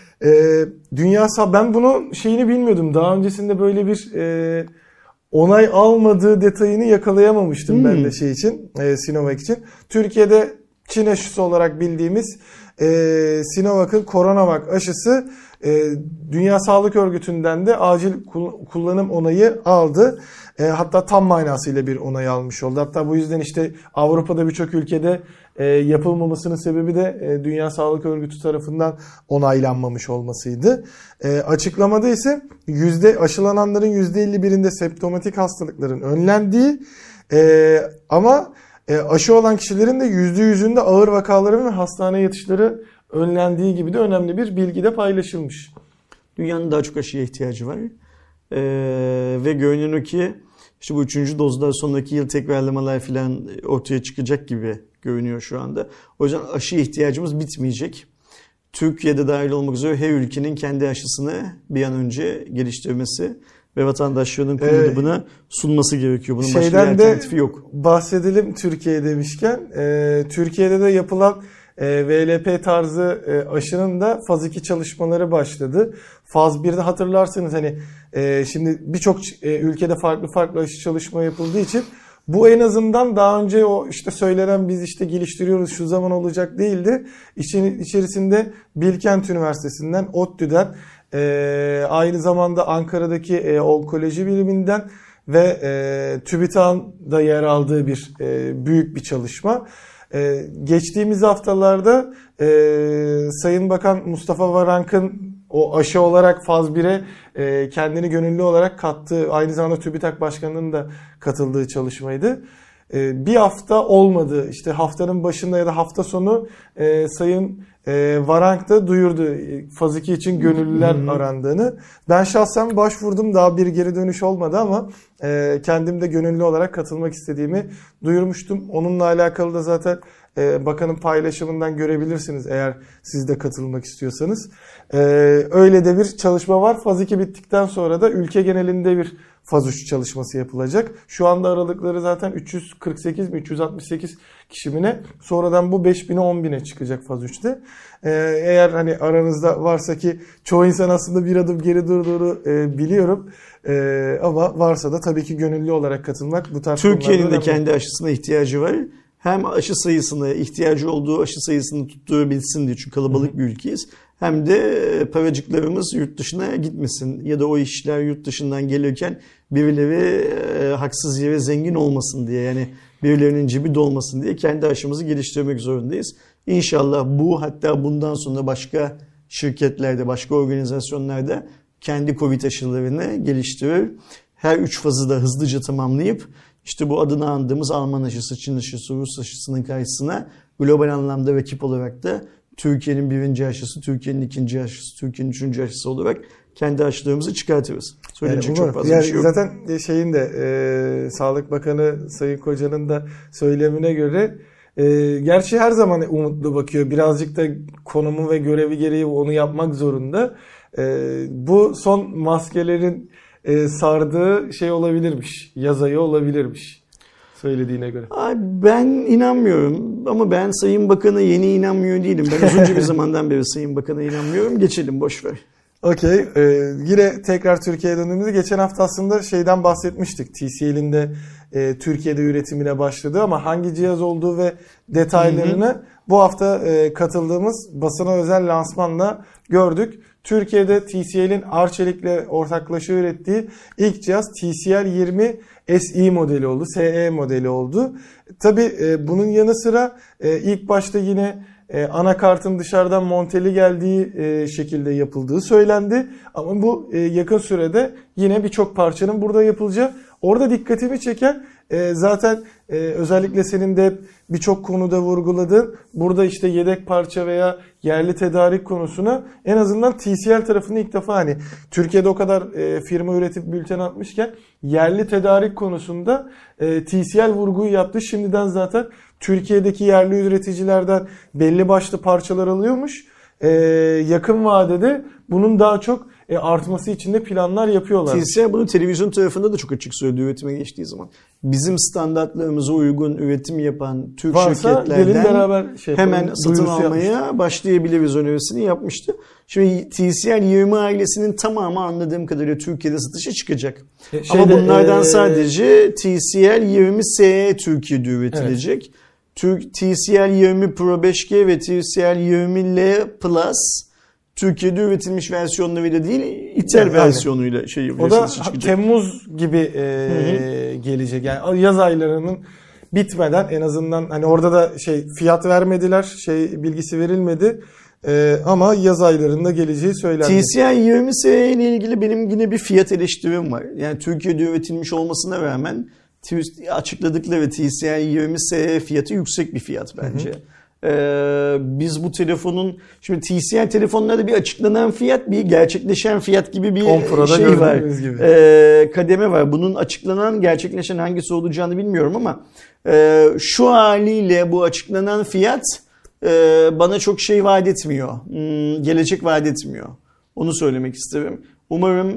Ben bunun şeyini bilmiyordum. Daha öncesinde böyle bir onay almadığı detayını yakalayamamıştım ben de şey için, Sinovac için. Türkiye'de Çin aşısı olarak bildiğimiz Sinovac'ın Coronavac aşısı Dünya Sağlık Örgütü'nden de acil kullanım onayı aldı. Hatta tam manasıyla bir onay almış oldu. Hatta bu yüzden işte Avrupa'da birçok ülkede yapılmamasının sebebi de Dünya Sağlık Örgütü tarafından onaylanmamış olmasıydı. Açıklamada ise aşılananların %51'inde semptomatik hastalıkların önlendiği ama aşı olan kişilerin de %100'ünde ağır vakaların ve hastane yatışları önlendiği gibi de önemli bir bilgi de paylaşılmış. Dünyanın daha çok aşıya ihtiyacı var. Ve görünüyor ki işte bu 3. dozdan sonraki yıl tekrarlamalar falan ortaya çıkacak gibi görünüyor şu anda. O yüzden aşıya ihtiyacımız bitmeyecek. Türkiye'de dahil olmak üzere her ülkenin kendi aşısını bir an önce geliştirmesi ve vatandaşlarının kullanımına sunması gerekiyor. Bunun başka bir alternatifi yok. Bahsedelim Türkiye demişken. Türkiye'de de yapılan VLP tarzı aşının da faz 2 çalışmaları başladı. Faz 1'de hatırlarsanız hani şimdi birçok ülkede farklı aşı çalışma yapıldığı için bu en azından daha önce o işte söylenen biz işte geliştiriyoruz şu zaman olacak değildi. İçerisinde Bilkent Üniversitesi'nden, ODTÜ'den, aynı zamanda Ankara'daki onkoloji biliminden ve TÜBİTAK'ın da yer aldığı bir büyük bir çalışma. Geçtiğimiz haftalarda Sayın Bakan Mustafa Varank'ın o aşı olarak faz 1'e kendini gönüllü olarak kattığı, aynı zamanda TÜBİTAK Başkanı'nın da katıldığı çalışmaydı. Bir hafta olmadı. İşte haftanın başında ya da hafta sonu Sayın Varank da duyurdu faz 2 için gönüllüler arandığını. Ben şahsen başvurdum. Daha bir geri dönüş olmadı ama kendim de gönüllü olarak katılmak istediğimi duyurmuştum. Onunla alakalı da zaten bakanın paylaşımından görebilirsiniz eğer siz de katılmak istiyorsanız. Öyle de bir çalışma var. Faz 2 bittikten sonra da ülke genelinde bir faz 3 çalışması yapılacak. Şu anda aralıkları zaten 348 mi 368 kişi mi ne? Sonradan bu 5000'e 10.000'e çıkacak faz 3'te. Eğer hani aranızda varsa ki çoğu insan aslında bir adım geri durduğunu biliyorum. Ama varsa da tabii ki gönüllü olarak katılmak bu tarz Türkiye'nin de kendi aşısına ihtiyacı var. Hem aşı sayısını, ihtiyacı olduğu aşı sayısını tutturabilsin diye çünkü kalabalık bir ülkeyiz. Hem de paracıklarımız yurt dışına gitmesin ya da o işler yurt dışından gelirken birileri haksız yere zengin olmasın diye, yani birilerinin cebi dolmasın diye kendi aşımızı geliştirmek zorundayız. İnşallah bu, hatta bundan sonra başka şirketlerde, başka organizasyonlarda kendi Covid aşılarını geliştirir. Her 3 fazı da hızlıca tamamlayıp işte bu adını andığımız Alman aşısı, Çin aşısı, Rus aşısının karşısına global anlamda rakip olarak da Türkiye'nin 1. aşısı, Türkiye'nin 2. aşısı, Türkiye'nin 3. aşısı olarak kendi aşılarımızı çıkartırız. Söyleyecek çok fazla bir şey yok. Zaten şeyin de Sağlık Bakanı Sayın Koca'nın da söylemine göre gerçi her zaman umutlu bakıyor. Birazcık da konumu ve görevi gereği onu yapmak zorunda. Bu son maskelerin sardığı şey olabilirmiş. Yaz ayı olabilirmiş. Söylediğine göre. Ben inanmıyorum ama ben Sayın Bakan'a yeni inanmıyor değilim. Ben uzunca bir zamandan beri Sayın Bakan'a inanmıyorum. Geçelim, boş ver. Okey. Yine tekrar Türkiye'ye döndüğümüzde geçen hafta aslında şeyden bahsetmiştik. TCL'in de Türkiye'de üretimine başladı ama hangi cihaz olduğu ve detaylarını bu hafta katıldığımız basına özel lansmanla gördük. Türkiye'de TCL'in Arçelik'le ortaklaşa ürettiği ilk cihaz TCL 20 SE modeli oldu. SE modeli oldu. Tabii bunun yanı sıra ilk başta yine anakartın dışarıdan monteli geldiği şekilde yapıldığı söylendi. Ama bu yakın sürede yine birçok parçanın burada yapılacağı. Orada dikkatimi çeken zaten özellikle senin de birçok konuda vurguladığın burada işte yedek parça veya yerli tedarik konusuna en azından TCL tarafını ilk defa hani Türkiye'de o kadar firma üretip bülten atmışken yerli tedarik konusunda TCL vurguyu yaptı. Şimdiden zaten Türkiye'deki yerli üreticilerden belli başlı parçalar alıyormuş. yakın vadede bunun daha çok artması için de planlar yapıyorlar. TCL bunu televizyon tarafında da çok açık söyledi üretime geçtiği zaman. Bizim standartlarımıza uygun üretim yapan Türk şirketlerden beraber hemen satın almaya başlayabiliriz önerisini yapmıştı. Şimdi TCL 20 ailesinin tamamı anladığım kadarıyla Türkiye'de satışa çıkacak. Ama bunlardan sadece TCL 20 SE Türkiye'de üretilecek. Evet. TCL 20 Pro 5G ve TCL 20L Plus Türkiye'de üretilmiş versiyonlarıyla değil, ithal versiyonuyla o da Temmuz gibi gelecek. Yani yaz aylarının bitmeden en azından hani orada da fiyat vermediler, bilgisi verilmedi. Ama yaz aylarında geleceği söylendi. TCL 20 SE ile ilgili benim yine bir fiyat eleştirim var. Yani Türkiye'de üretilmiş olmasına rağmen açıkladıkları TCL 20 SE fiyatı yüksek bir fiyat bence. Biz bu telefonun şimdi TCL telefonlarda bir açıklanan fiyat, bir gerçekleşen fiyat gibi bir şey var. Gibi. Kademe var. Bunun açıklanan, gerçekleşen hangisi olacağını bilmiyorum ama şu haliyle bu açıklanan fiyat bana çok vaat etmiyor. Gelecek vaat etmiyor. Onu söylemek isterim. Umarım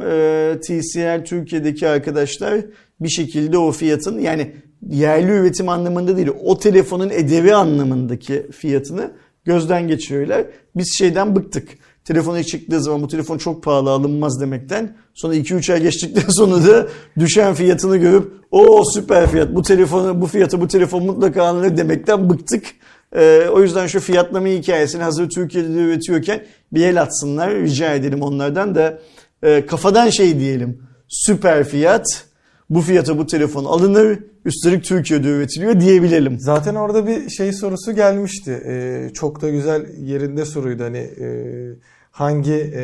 TCL Türkiye'deki arkadaşlar bir şekilde o fiyatın, yani yerli üretim anlamında değil, o telefonun edebi anlamındaki fiyatını gözden geçiriyorlar. Biz şeyden bıktık. Telefona çıktığı zaman bu telefon çok pahalı, alınmaz demekten. Sonra 2-3 ay geçtikten sonra da düşen fiyatını görüp o süper fiyat, bu telefon mutlaka alınır demekten bıktık. O yüzden şu fiyatlama hikayesini hazır Türkiye'de üretiyorken bir el atsınlar, rica edelim onlardan da kafadan diyelim, süper fiyat, bu fiyata bu telefon alınır, üstelik Türkiye'de üretiliyor diyebilelim. Zaten orada bir sorusu gelmişti. Çok da güzel yerinde soruydu. Hani hangi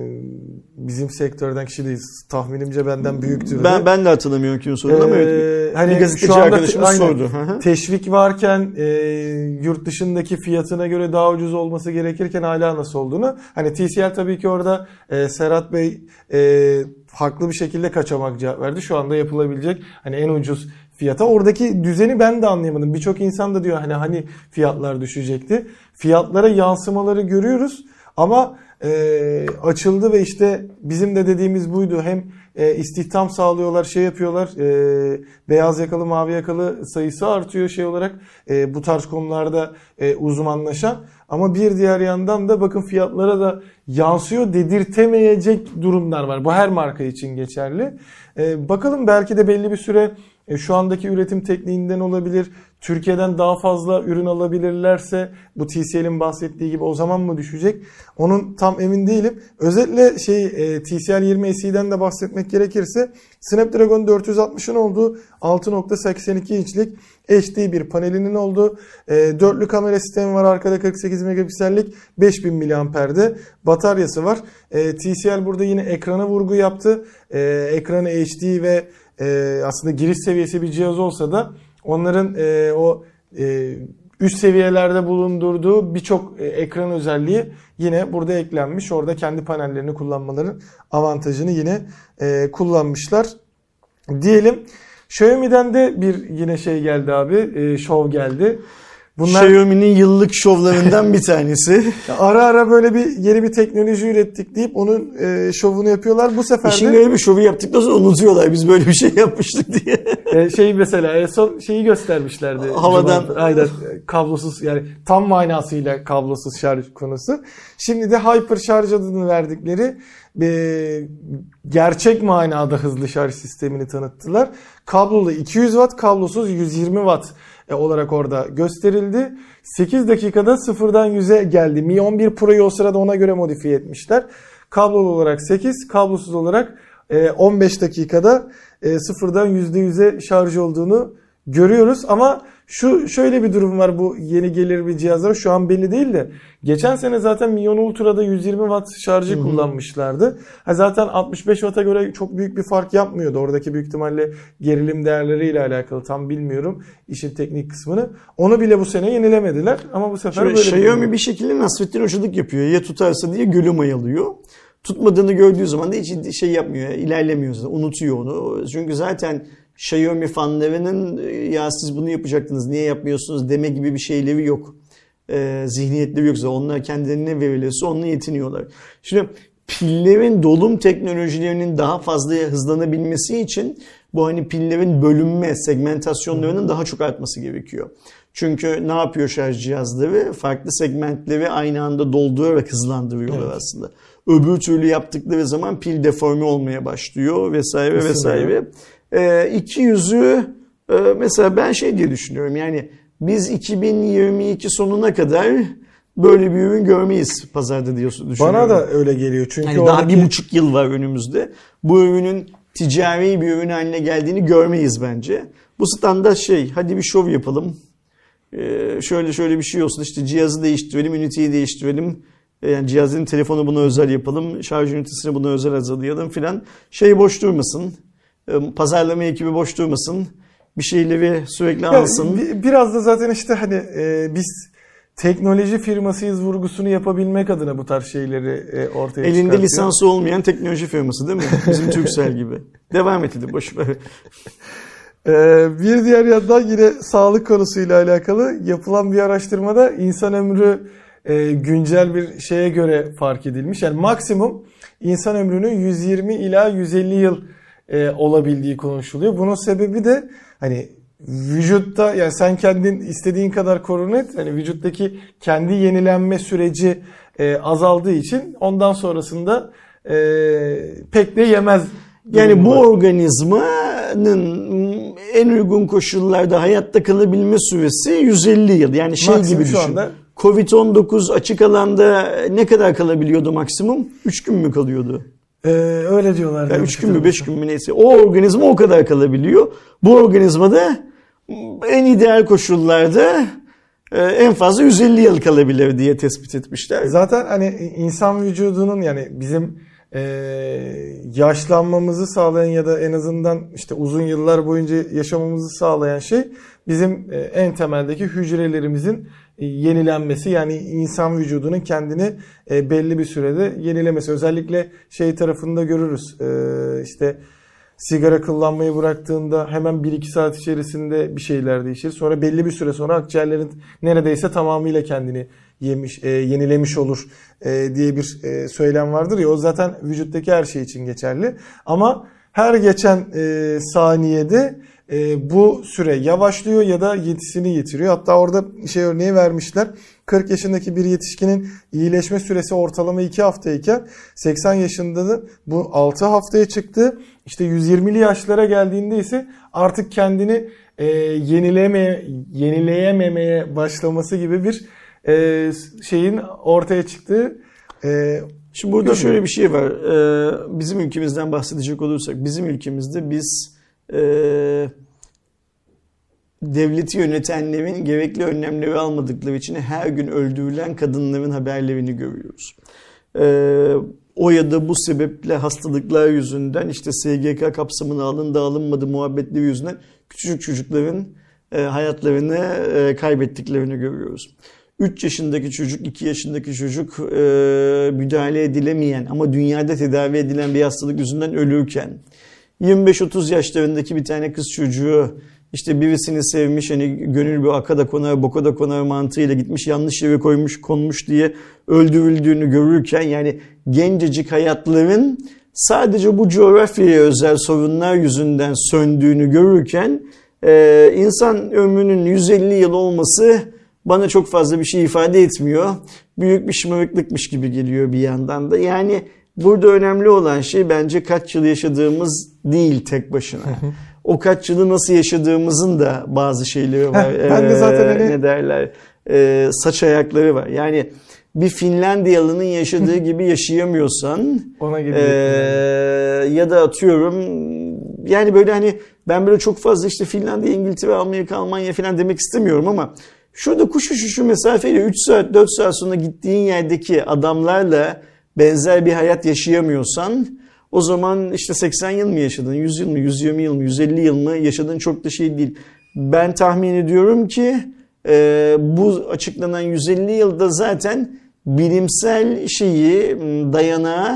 bizim sektörden kişi değil, tahminimce benden büyüktür. Ben de hatırlamıyorum kimin sorduğunu ama hani bir gazeteci arkadaşımız sordu. Teşvik varken yurt dışındaki fiyatına göre daha ucuz olması gerekirken hala nasıl olduğunu. Hani TCL tabii ki orada Serhat Bey haklı bir şekilde kaçamak cevap verdi. Şu anda yapılabilecek hani en ucuz fiyata. Oradaki düzeni ben de anlayamadım. Birçok insan da diyor hani fiyatlar düşecekti. Fiyatlara yansımaları görüyoruz ama açıldı ve bizim de dediğimiz buydu. Hem istihdam sağlıyorlar, yapıyorlar. Beyaz yakalı, mavi yakalı sayısı artıyor olarak bu tarz konularda uzmanlaşan. Ama bir diğer yandan da bakın fiyatlara da yansıyor dedirtemeyecek durumlar var. Bu her marka için geçerli. Bakalım belki de belli bir süre şu andaki üretim tekniğinden olabilir. Türkiye'den daha fazla ürün alabilirlerse bu TCL'in bahsettiği gibi o zaman mı düşecek? Onun tam emin değilim. Özellikle TCL 20 SE'den de bahsetmek gerekirse Snapdragon 460'ın olduğu 6.82 inçlik HD bir panelinin olduğu dörtlü kamera sistemi var. Arkada 48 megapiksellik 5000 mAh'de bataryası var. TCL burada yine ekrana vurgu yaptı. Ekranı HD ve aslında giriş seviyesi bir cihaz olsa da onların üst seviyelerde bulundurduğu birçok ekran özelliği yine burada eklenmiş. Orada kendi panellerini kullanmaların avantajını yine kullanmışlar diyelim. Xiaomi'den de yine geldi abi, şov geldi. Xiaomi'nin yıllık şovlarından bir tanesi. Ara ara böyle yeni bir teknoloji ürettik deyip onun şovunu yapıyorlar. Bu sefer İşin böyle bir şovu yaptıktan sonra unutuyorlar biz böyle bir şey yapmıştık diye. Mesela en son göstermişlerdi. Havadan. Aynen, kablosuz, yani tam manasıyla kablosuz şarj konusu. Şimdi de Hyper şarj adını verdikleri gerçek manada hızlı şarj sistemini tanıttılar. Kablolu 200 Watt, kablosuz 120 Watt olarak orada gösterildi. 8 dakikada sıfırdan 100'e geldi. Mi 11 Pro'yu o sırada ona göre modifiye etmişler. Kablolu olarak 8, kablosuz olarak 15 dakikada sıfırdan %100'e şarj olduğunu görüyoruz. Ama şöyle bir durum var bu yeni gelir bir cihazlar. Şu an belli değil de. Geçen sene zaten Mi 10 Ultra'da 120 Watt şarjı kullanmışlardı. Zaten 65 Watt'a göre çok büyük bir fark yapmıyordu. Oradaki büyük ihtimalle gerilim değerleriyle alakalı, tam bilmiyorum işin teknik kısmını. Onu bile bu sene yenilemediler. Ama bu sefer böyle Xiaomi bir şekilde Nasrettin Hoca'lık yapıyor. Ya tutarsa diye gölü mayalıyor. Tutmadığını gördüğü zaman da hiç yapmıyor, ilerlemiyor zaten, unutuyor onu. Çünkü zaten Xiaomi fanlarının ya siz bunu yapacaktınız niye yapmıyorsunuz deme gibi bir şeyleri yok. zihniyetleri yoksa, onlar kendilerine verilirse onunla yetiniyorlar. Şimdi pillerin dolum teknolojilerinin daha fazla hızlanabilmesi için bu hani pillerin bölünme, segmentasyonlarının daha çok artması gerekiyor. Çünkü ne yapıyor şarj cihazları? Farklı segmentleri aynı anda doldurarak hızlandırıyorlar, evet, aslında. Öbür türlü yaptıkları zaman pil deforme olmaya başlıyor vesaire vesaire. İki yüzü mesela ben şey diye düşünüyorum, yani biz 2022 sonuna kadar böyle bir ürün görmeyiz pazarda diye düşünüyorum. Bana da öyle geliyor. Çünkü yani daha 1,5 yıl var önümüzde. Bu ürünün ticari bir ürün haline geldiğini görmeyiz bence. Bu standart şey, hadi bir şov yapalım. Şöyle bir şey olsun, işte cihazı değiştirelim, üniteyi değiştirelim. Yani cihazın telefonu buna özel yapalım, şarj ünitesini buna özel hazırlayalım filan. Şey boş durmasın, pazarlama ekibi boş durmasın, bir şeyleri sürekli alsın. Biraz da zaten işte hani biz teknoloji firmasıyız vurgusunu yapabilmek adına bu tarz şeyleri ortaya çıkartıyor. Elinde lisansı olmayan teknoloji firması değil mi? Bizim Turkcell gibi. Devam et hadi, boş ver. Bir diğer yandan yine sağlık konusuyla alakalı yapılan bir araştırmada insan ömrü güncel bir şeye göre fark edilmiş. Yani maksimum insan ömrünün 120 ila 150 yıl olabildiği konuşuluyor. Bunun sebebi de hani vücutta, yani sen kendin istediğin kadar korun et, hani vücuttaki kendi yenilenme süreci azaldığı için ondan sonrasında pek de yemez. Yani bu organizmanın en uygun koşullarda hayatta kalabilme süresi 150 yıl. Yani şey maksimum gibi düşün. Covid-19 açık alanda ne kadar kalabiliyordu maksimum? 3 gün mü kalıyordu? Öyle diyorlar. Yani 3 gün mü 5 gün mü neyse. O organizma o kadar kalabiliyor. Bu organizmada en ideal koşullarda en fazla 150 yıl kalabilir diye tespit etmişler. Zaten hani insan vücudunun, yani bizim yaşlanmamızı sağlayan ya da en azından işte uzun yıllar boyunca yaşamamızı sağlayan şey bizim en temeldeki hücrelerimizin yenilenmesi. Yani insan vücudunun kendini belli bir sürede yenilemesi. Özellikle şey tarafında görürüz. İşte sigara kullanmayı bıraktığında hemen 1-2 saat içerisinde bir şeyler değişir. Sonra belli bir süre sonra akciğerlerin neredeyse tamamıyla kendini yenilemiş olur diye bir söylem vardır ya. O zaten vücuttaki her şey için geçerli. Ama her geçen saniyede bu süre yavaşlıyor ya da yetisini yitiriyor. Hatta orada şey örneği vermişler. 40 yaşındaki bir yetişkinin iyileşme süresi ortalama 2 haftayken 80 yaşında da bu 6 haftaya çıktı. İşte 120'li yaşlara geldiğinde ise artık kendini yenileyememeye başlaması gibi bir şeyin ortaya çıktığı. Şimdi burada şöyle bir şey var. Bizim ülkemizden bahsedecek olursak, bizim ülkemizde biz devleti yönetenlerin gerekli önlemleri almadıkları için her gün öldürülen kadınların haberlerini görüyoruz. O ya da bu sebeple hastalıklar yüzünden, işte SGK kapsamına alındı alınmadı muhabbetleri yüzünden küçücük çocukların hayatlarını kaybettiklerini görüyoruz. 3 yaşındaki çocuk, 2 yaşındaki çocuk müdahale edilemeyen ama dünyada tedavi edilen bir hastalık yüzünden ölürken, 25-30 yaşlarındaki bir tane kız çocuğu işte birisini sevmiş, hani gönül bir aka da konar boka da konar mantığıyla gitmiş yanlış yere konmuş diye öldürüldüğünü görürken, yani gencecik hayatların sadece bu coğrafyaya özel sorunlar yüzünden söndüğünü görürken insan ömrünün 150 yıl olması bana çok fazla bir şey ifade etmiyor. Büyük bir şımarıklıkmış gibi geliyor bir yandan da. Yani burada önemli olan şey bence kaç yıl yaşadığımız değil tek başına. O kaç yılı nasıl yaşadığımızın da bazı şeyleri var. Ben de zaten ne derler? Saç ayakları var. Yani bir Finlandiyalı'nın yaşadığı gibi yaşayamıyorsan ona ya da atıyorum, yani böyle hani ben böyle çok fazla işte Finlandiya, İngiltere, Amerika, Almanya falan demek istemiyorum ama şurada kuş uçuşu mesafeyle 3 saat 4 saat sonra gittiğin yerdeki adamlarla benzer bir hayat yaşayamıyorsan, o zaman işte 80 yıl mı yaşadın, 100 yıl mı, 120 yıl mı, 150 yıl mı yaşadığın çok da şey değil. Ben tahmin ediyorum ki bu açıklanan 150 yılda zaten bilimsel şeyi, dayanağı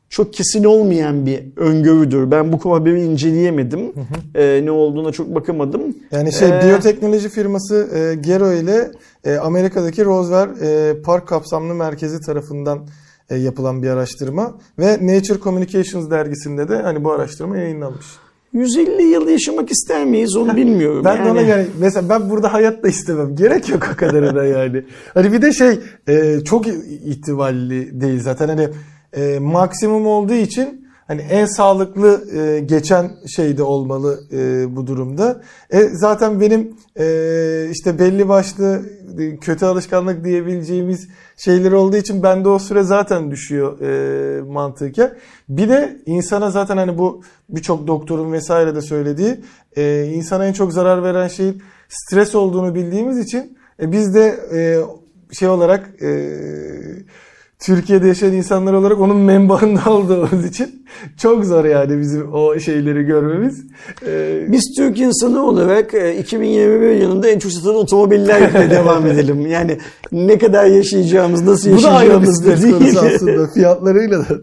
çok kesin olmayan bir öngörüdür. Ben bu haberi inceleyemedim. Ne olduğuna çok bakamadım. Yani biyoteknoloji firması Gero ile Amerika'daki Roswell Park Kapsamlı Merkezi tarafından yapılan bir araştırma ve Nature Communications dergisinde de hani bu araştırma yayınlanmış. 150 yıl yaşamak ister miyiz onu bilmiyorum. Ben de ona yani mesela ben burada hayatta istemem. Gerek yok o kadarına yani. Hani bir de çok ihtimalli değil zaten hani maksimum olduğu için hani en sağlıklı geçen şey de olmalı bu durumda. Zaten benim işte belli başlı kötü alışkanlık diyebileceğimiz şeyler olduğu için bende o süre zaten düşüyor mantıken. Bir de insana zaten hani bu birçok doktorun vesaire de söylediği insana en çok zarar veren şeyin stres olduğunu bildiğimiz için biz de olarak Türkiye'de yaşayan insanlar olarak onun menbaında olduğumuz için çok zor yani bizim o şeyleri görmemiz. Biz Türk insanı olarak 2021 yılında en çok satılan otomobillerle devam edelim. Yani ne kadar yaşayacağımız, nasıl yaşayacağımız da değil. Aslında fiyatlarıyla da.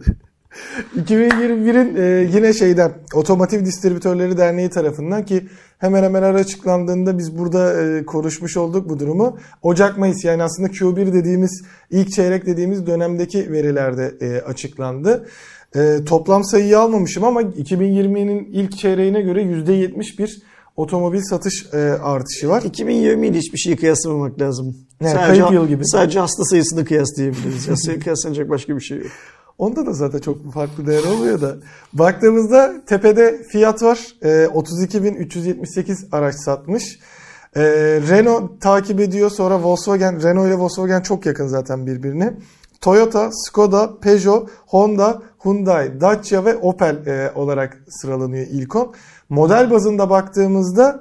2021'in yine Otomotiv Distribütörleri Derneği tarafından ki hemen hemen açıklandığında biz burada konuşmuş olduk bu durumu. Ocak-Mayıs yani aslında Q1 dediğimiz ilk çeyrek dediğimiz dönemdeki verilerde açıklandı. Toplam sayıyı almamışım ama 2020'nin ilk çeyreğine göre %71 otomobil satış artışı var. 2020 ile hiçbir şeyi kıyaslamamak lazım. Yani kayıp yıl gibi. Sadece hasta sayısını kıyaslayabiliriz. Kıyaslanacak başka bir şey yok. Onda da zaten çok farklı değer oluyor da. Baktığımızda tepede Fiat var. 32.378 araç satmış. Renault takip ediyor. Sonra Volkswagen. Renault ile Volkswagen çok yakın zaten birbirine. Toyota, Skoda, Peugeot, Honda, Hyundai, Dacia ve Opel olarak sıralanıyor ilk 10. Model bazında baktığımızda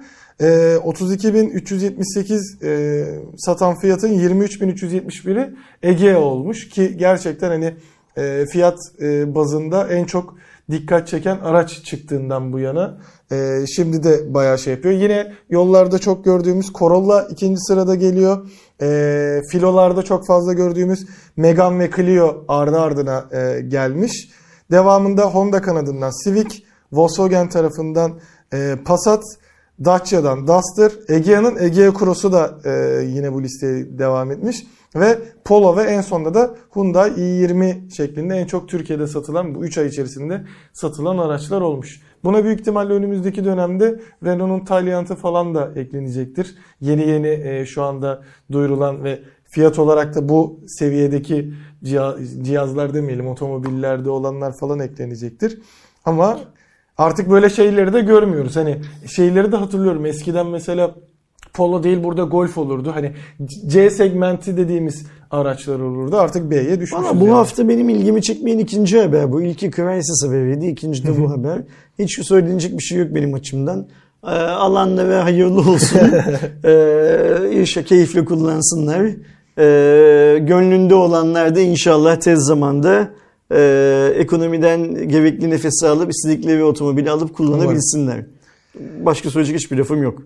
32.378 satan Fiat'ın 23.371'i Egea olmuş ki gerçekten hani fiyat bazında en çok dikkat çeken araç çıktığından bu yana şimdi de bayağı yapıyor. Yine yollarda çok gördüğümüz Corolla ikinci sırada geliyor. Filolarda çok fazla gördüğümüz Megane ve Clio ardı ardına gelmiş. Devamında Honda kanadından Civic, Volkswagen tarafından Passat, Dacia'dan Duster, Egea'nın Egea Cross'u da yine bu listeye devam etmiş. Ve Polo ve en sonunda da Hyundai i20 şeklinde en çok Türkiye'de satılan bu 3 ay içerisinde satılan araçlar olmuş. Buna büyük ihtimalle önümüzdeki dönemde Renault'un Tayland'ı falan da eklenecektir. Yeni şu anda duyurulan ve fiyat olarak da bu seviyedeki cihazlar demeyelim otomobillerde olanlar falan eklenecektir. Ama artık böyle şeyleri de görmüyoruz. Hani şeyleri de hatırlıyorum. Eskiden mesela Polo değil burada Golf olurdu. Hani C segmenti dediğimiz araçlar olurdu. Artık B'ye düşmüş. Valla bu hafta benim ilgimi çekmeyen ikinci haber bu. İlki Crysis haberiydi. İkinci de bu haber. Hiç söylenecek bir şey yok benim açımdan. Alanlara hayırlı olsun. Keyifle kullansınlar. Gönlünde olanlar da inşallah tez zamanda ekonomiden gerekli nefesi alıp istedikleri otomobili alıp kullanabilsinler. Başka söyleyecek hiçbir lafım yok.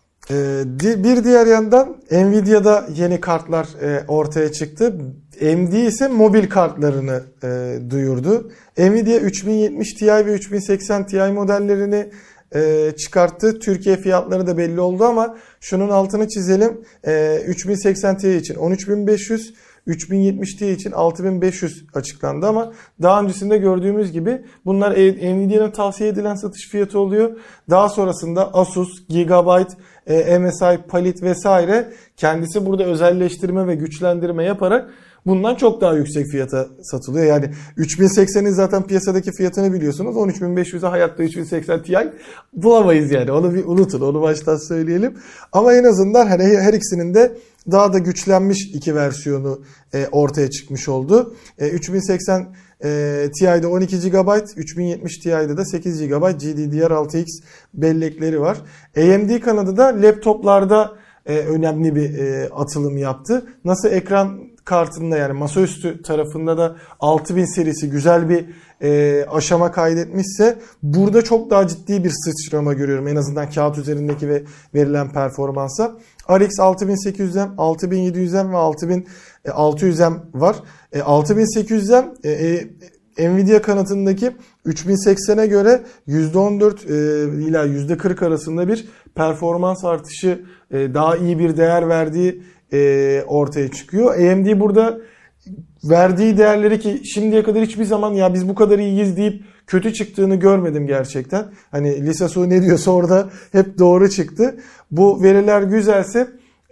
Bir diğer yandan Nvidia'da yeni kartlar ortaya çıktı. AMD ise mobil kartlarını duyurdu. Nvidia 3070 Ti ve 3080 Ti modellerini çıkarttı. Türkiye fiyatları da belli oldu ama şunun altını çizelim. 3080 Ti için 13500, 3070 Ti için 6500 açıklandı ama daha öncesinde gördüğümüz gibi bunlar Nvidia'nın tavsiye edilen satış fiyatı oluyor. Daha sonrasında Asus, Gigabyte, MSI, Palit vesaire kendisi burada özelleştirme ve güçlendirme yaparak bundan çok daha yüksek fiyata satılıyor. Yani 3080'in zaten piyasadaki fiyatını biliyorsunuz. 13500'e hayatta 3080 Ti bulamayız yani. Onu bir unutun. Onu baştan söyleyelim. Ama en azından hani her ikisinin de daha da güçlenmiş iki versiyonu ortaya çıkmış oldu. 3080 Ti'de 12 GB, 3070 Ti'de de 8 GB GDDR6X bellekleri var. AMD kanadı da laptoplarda önemli bir atılım yaptı. Nasıl ekran kartında yani masaüstü tarafında da 6000 serisi güzel bir aşama kaydetmişse burada çok daha ciddi bir sıçrama görüyorum. En azından kağıt üzerindeki ve verilen performansa. RX 6800M, 6700M ve 6600M var. 6800M Nvidia kanatındaki 3080'e göre %14 ila %40 arasında bir performans artışı, daha iyi bir değer verdiği ortaya çıkıyor. AMD burada verdiği değerleri, ki şimdiye kadar hiçbir zaman ya biz bu kadar iyiyiz deyip kötü çıktığını görmedim gerçekten. Hani Lisa Su ne diyorsa orada hep doğru çıktı. Bu veriler güzelse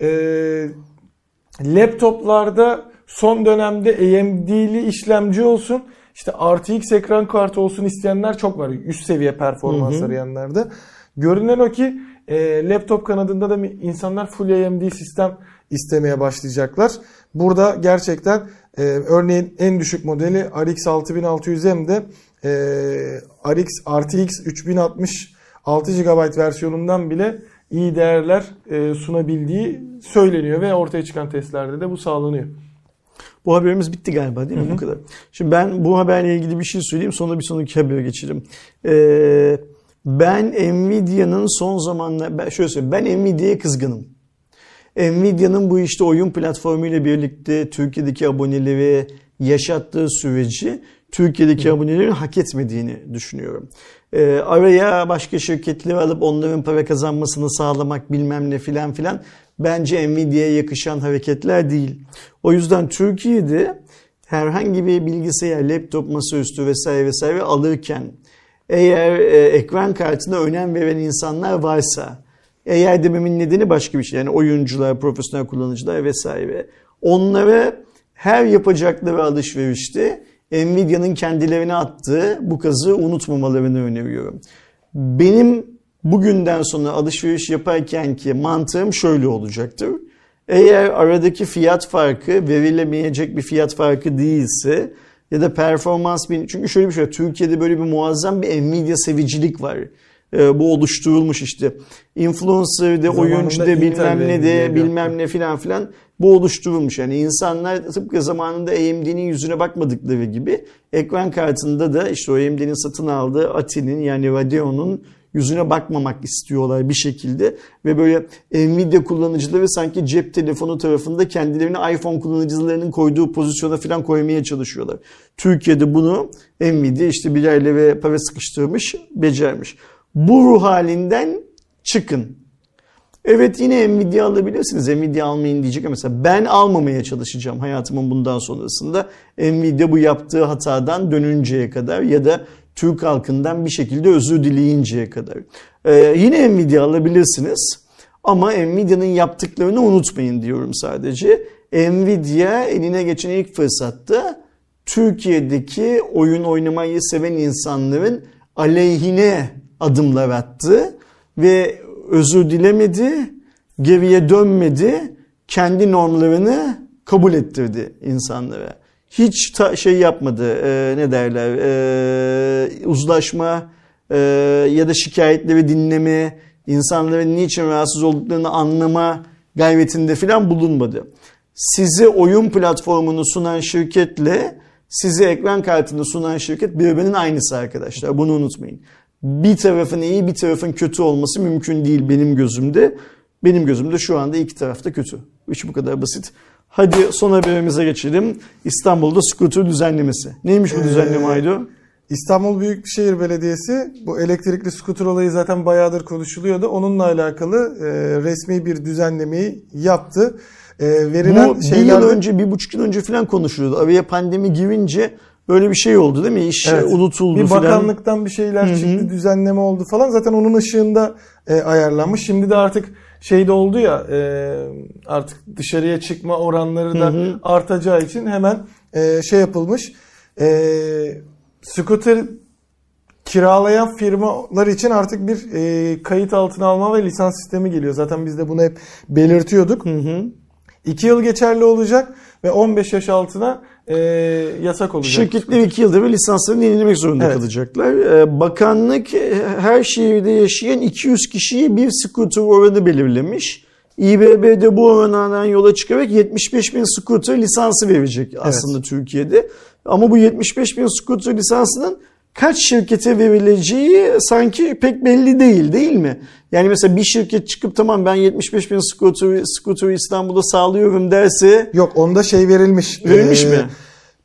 laptoplarda son dönemde AMD'li işlemci olsun, işte RTX ekran kartı olsun isteyenler çok var. Üst seviye performans arayanlarda. Görünen o ki laptop kanadında da insanlar full AMD sistem istemeye başlayacaklar. Burada gerçekten örneğin en düşük modeli RX 6600M'de RTX 3060 6 GB versiyonundan bile iyi değerler sunabildiği söyleniyor ve ortaya çıkan testlerde de bu sağlanıyor. Bu haberimiz bitti galiba değil mi? Bu kadar. Şimdi ben bu haberle ilgili bir şey söyleyeyim, sonra bir sonraki habere geçelim. Ben Nvidia'nın son zamanlarda, şöyle söyleyeyim, ben Nvidia'ya kızgınım. Nvidia'nın bu işte oyun platformu ile birlikte Türkiye'deki aboneleri yaşattığı süreci Türkiye'deki abonelerin hak etmediğini düşünüyorum. Araya başka şirketleri alıp onların para kazanmasını sağlamak bilmem ne filan filan bence Nvidia'ya yakışan hareketler değil. O yüzden Türkiye'de herhangi bir bilgisayar, laptop, masaüstü vesaire vesaire alırken eğer ekran kartına önem veren insanlar varsa, eğer dememin nedeni başka bir şey, yani oyuncular, profesyonel kullanıcılar vesaire, onlara her yapacakları alışverişte Nvidia'nın kendilerine attığı bu kazığı unutmamalarını öneriyorum. Benim bugünden sonra alışveriş yaparken ki mantığım şöyle olacaktır. Eğer aradaki fiyat farkı verilemeyecek bir fiyat farkı değilse ya da performans, çünkü şöyle bir şey var, Türkiye'de böyle bir muazzam bir Nvidia sevicilik var. Bu oluşturulmuş işte. Influencer'de, oyuncuda, bilmem ne de, bilmem ne filan filan bu oluşturulmuş. Yani insanlar tıpkı zamanında AMD'nin yüzüne bakmadıkları gibi ekran kartında da işte o AMD'nin satın aldığı Ati'nin, yani Radeon'un yüzüne bakmamak istiyorlar bir şekilde. Ve böyle Nvidia kullanıcıları sanki cep telefonu tarafında kendilerini iPhone kullanıcılarının koyduğu pozisyona falan koymaya çalışıyorlar. Türkiye'de bunu Nvidia işte bir yerlere para sıkıştırmış, becermiş. Bu ruh halinden çıkın. Evet, yine Nvidia alabilirsiniz. Nvidia almayın diyecek ama mesela ben almamaya çalışacağım hayatımın bundan sonrasında. Nvidia bu yaptığı hatadan dönünceye kadar ya da Türk halkından bir şekilde özür dileyinceye kadar. Yine Nvidia alabilirsiniz ama Nvidia'nın yaptıklarını unutmayın diyorum sadece. Nvidia eline geçen ilk fırsatta Türkiye'deki oyun oynamayı seven insanların aleyhine adımlar attı ve özür dilemedi, geriye dönmedi, kendi normlarını kabul ettirdi insanlara. Hiç şey yapmadı, ne derler, uzlaşma ya da şikayetleri dinleme, insanların niçin rahatsız olduklarını anlama gayretinde falan bulunmadı. Size oyun platformunu sunan şirketle size ekran kartını sunan şirket birbirinin aynısı arkadaşlar. Bunu unutmayın. Bir tarafın iyi, bir tarafın kötü olması mümkün değil benim gözümde. Benim gözümde şu anda iki taraf da kötü. İş bu kadar basit. Hadi son haberimize geçelim. İstanbul'da scooter düzenlemesi. Neymiş bu düzenleme Aydo? İstanbul Büyükşehir Belediyesi bu elektrikli scooter olayı zaten bayağıdır konuşuluyordu. Onunla alakalı resmi bir düzenlemeyi yaptı. Verilen bu bir yıl önce, 1,5 yıl önce falan konuşuluyordu. Araya pandemi girince böyle bir şey oldu değil mi? İş unutuldu bir falan. Bakanlıktan bir şeyler çıktı, düzenleme oldu falan. Zaten onun ışığında ayarlanmış. Şimdi de artık şeyde oldu ya, artık dışarıya çıkma oranları da artacağı için hemen şey yapılmış. Scooter kiralayan firmalar için artık bir kayıt altına alma ve lisans sistemi geliyor. Zaten biz de bunu hep belirtiyorduk. 2 yıl geçerli olacak ve 15 yaş altına yasak olacak. Şirketler 2 yılda bir lisanslarını yenilemek zorunda kalacaklar. Bakanlık her şehirde yaşayan 200 kişiye bir scooter oranı belirlemiş. İBB'de bu oranlardan yola çıkarak 75.000 scooter lisansı verecek aslında Türkiye'de. Ama bu 75.000 scooter lisansının kaç şirkete verileceği sanki pek belli değil mi? Yani mesela bir şirket çıkıp tamam ben 75.000 scooter İstanbul'da sağlıyorum derse... Yok, onda şey verilmiş. Verilmiş mi?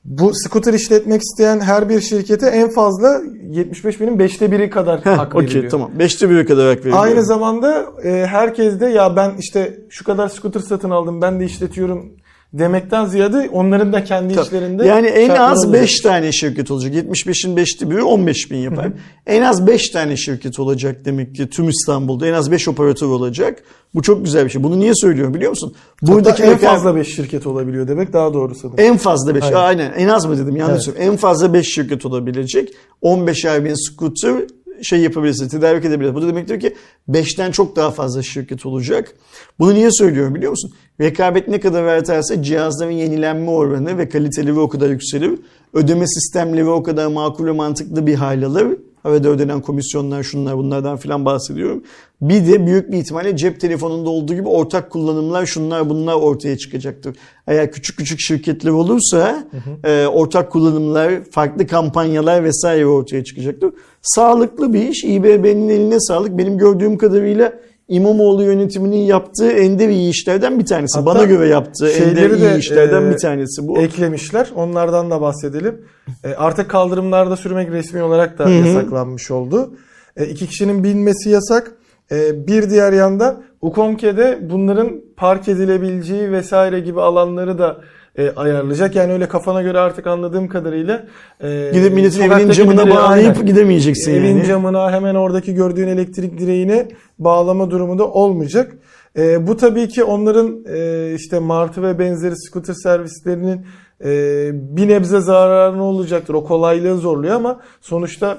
Bu scooter işletmek isteyen her bir şirkete en fazla 75.000'in 1/5 kadar hak veriliyor. Okey, tamam. 1/5 kadar hak veriliyor. Aynı zamanda herkes de ya ben işte şu kadar scooter satın aldım, ben de işletiyorum demekten ziyade onların da kendi işlerinde yani en az olacak. 5 tane şirket olacak. 75'in 5'te biri 15.000 yapar. En az 5 tane şirket olacak demek ki tüm İstanbul'da. En az 5 operatör olacak. Bu çok güzel bir şey. Bunu niye söylüyorum biliyor musun? Buradaki en fazla 5 şirket olabiliyor demek daha doğru sanırım. En fazla 5. Aynen. Aynen. En az mı dedim? Yanlış söyledim. En fazla 5 şirket olabilecek. 15'er bin scooter yapabilirsiniz, tedarik edebilirsiniz. Bu da demektir ki 5'ten çok daha fazla şirket olacak. Bunu niye söylüyorum biliyor musun? Rekabet ne kadar artarsa cihazların yenilenme oranı ve kaliteleri o kadar yükselir. Ödeme sistemleri o kadar makul ve mantıklı bir hal alır. Arada ödenen komisyonlar, şunlar, bunlardan filan bahsediyorum. Bir de büyük bir ihtimalle cep telefonunda olduğu gibi ortak kullanımlar, şunlar, bunlar ortaya çıkacaktır. Eğer küçük küçük şirketler olursa ortak kullanımlar, farklı kampanyalar vesaire ortaya çıkacaktır. Sağlıklı bir iş. İBB'nin eline sağlık. Benim gördüğüm kadarıyla İmamoğlu yönetiminin yaptığı ender iyi işlerden bir tanesi. Hatta bana göre yaptığı ender iyi işlerden bir tanesi bu. Eklemişler. Onlardan da bahsedelim. Artık kaldırımlarda sürmek resmi olarak da yasaklanmış oldu. 2 kişinin binmesi yasak. Bir diğer yanda UKOMKE'de bunların park edilebileceği vesaire gibi alanları da ayarlayacak. Yani öyle kafana göre artık anladığım kadarıyla gidip milletin evinin camına bağlayıp gidemeyeceksin yani. Evin camına, hemen oradaki gördüğün elektrik direğine bağlama durumu da olmayacak. Bu tabii ki onların işte Martı ve benzeri scooter servislerinin bir nebze zararı olacaktır. O kolaylığı zorluyor ama sonuçta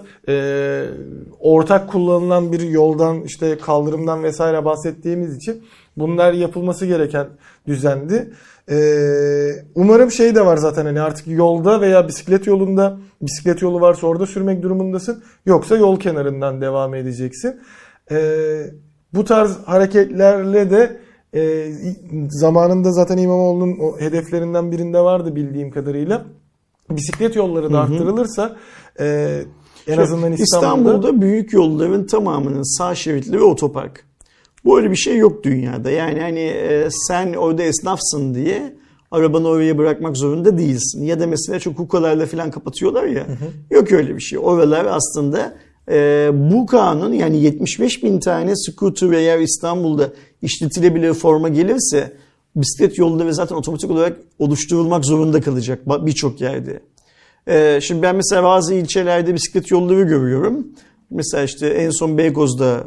ortak kullanılan bir yoldan, işte kaldırımdan vesaire bahsettiğimiz için bunlar yapılması gereken düzendi. Umarım şey de var zaten, hani artık yolda veya bisiklet yolunda, bisiklet yolu varsa orada sürmek durumundasın. Yoksa yol kenarından devam edeceksin. Bu tarz hareketlerle de zamanında zaten İmamoğlu'nun o hedeflerinden birinde vardı bildiğim kadarıyla. Bisiklet yolları da arttırılırsa en azından İstanbul'da büyük yolların tamamının sağ şeritli ve otopark. Böyle bir şey yok dünyada. Yani hani sen orada esnafsın diye arabanı oraya bırakmak zorunda değilsin. Ya da mesela çok hukalarla falan kapatıyorlar ya. Yok öyle bir şey. Oralar aslında bu kanun, yani 75.000 tane scooter eğer İstanbul'da işletilebilir forma gelirse bisiklet yolları zaten otomatik olarak oluşturulmak zorunda kalacak birçok yerde. Şimdi ben mesela bazı ilçelerde bisiklet yolları görüyorum. Mesela işte en son Beykoz'da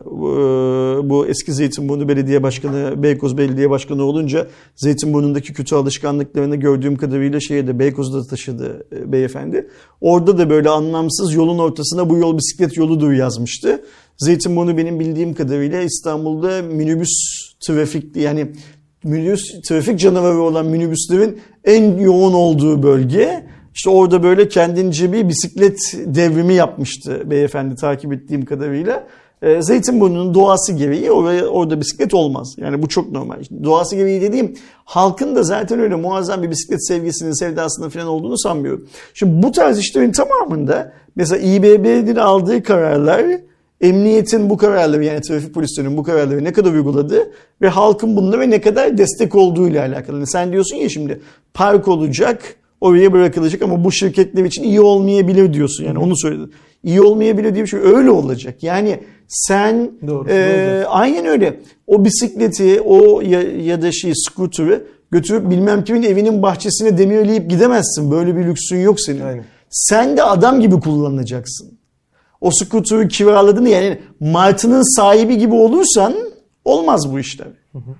bu eski Zeytinburnu Belediye Başkanı, Beykoz Belediye Başkanı olunca Zeytinburnu'ndaki kötü alışkanlıklarını gördüğüm kadarıyla Beykoz'da taşıdı beyefendi. Orada da böyle anlamsız yolun ortasına bu yol bisiklet yoludur yazmıştı. Zeytinburnu benim bildiğim kadarıyla İstanbul'da minibüs trafikli, yani minibüs trafik canavarı olan minibüslerin en yoğun olduğu bölge. İşte orada böyle kendince bir bisiklet devrimi yapmıştı beyefendi takip ettiğim kadarıyla. Zeytinburnu'nun doğası gereği orada bisiklet olmaz. Yani bu çok normal. Doğası gereği dediğim, halkın da zaten öyle muazzam bir bisiklet sevgisinin, sevdasının falan olduğunu sanmıyorum. Şimdi bu tarz işlerin tamamında mesela İBB'nin aldığı kararlar, emniyetin bu kararları, yani trafik polislerinin bu kararları ne kadar uyguladı ve halkın bunlara ne kadar destek olduğuyla alakalı. Yani sen diyorsun ya şimdi park olacak, oraya bırakılacak ama bu şirketler için iyi olmayabilir diyorsun. Yani onu söyledin. İyi olmayabilir diye bir şey, öyle olacak. Yani sen aynen öyle. O bisikleti, o ya da scooter'ı götürüp bilmem kimin evinin bahçesine demirleyip gidemezsin. Böyle bir lüksün yok senin. Aynen. Sen de adam gibi kullanacaksın. O scooter'ı kiraladın, yani martının sahibi gibi olursan olmaz bu işler.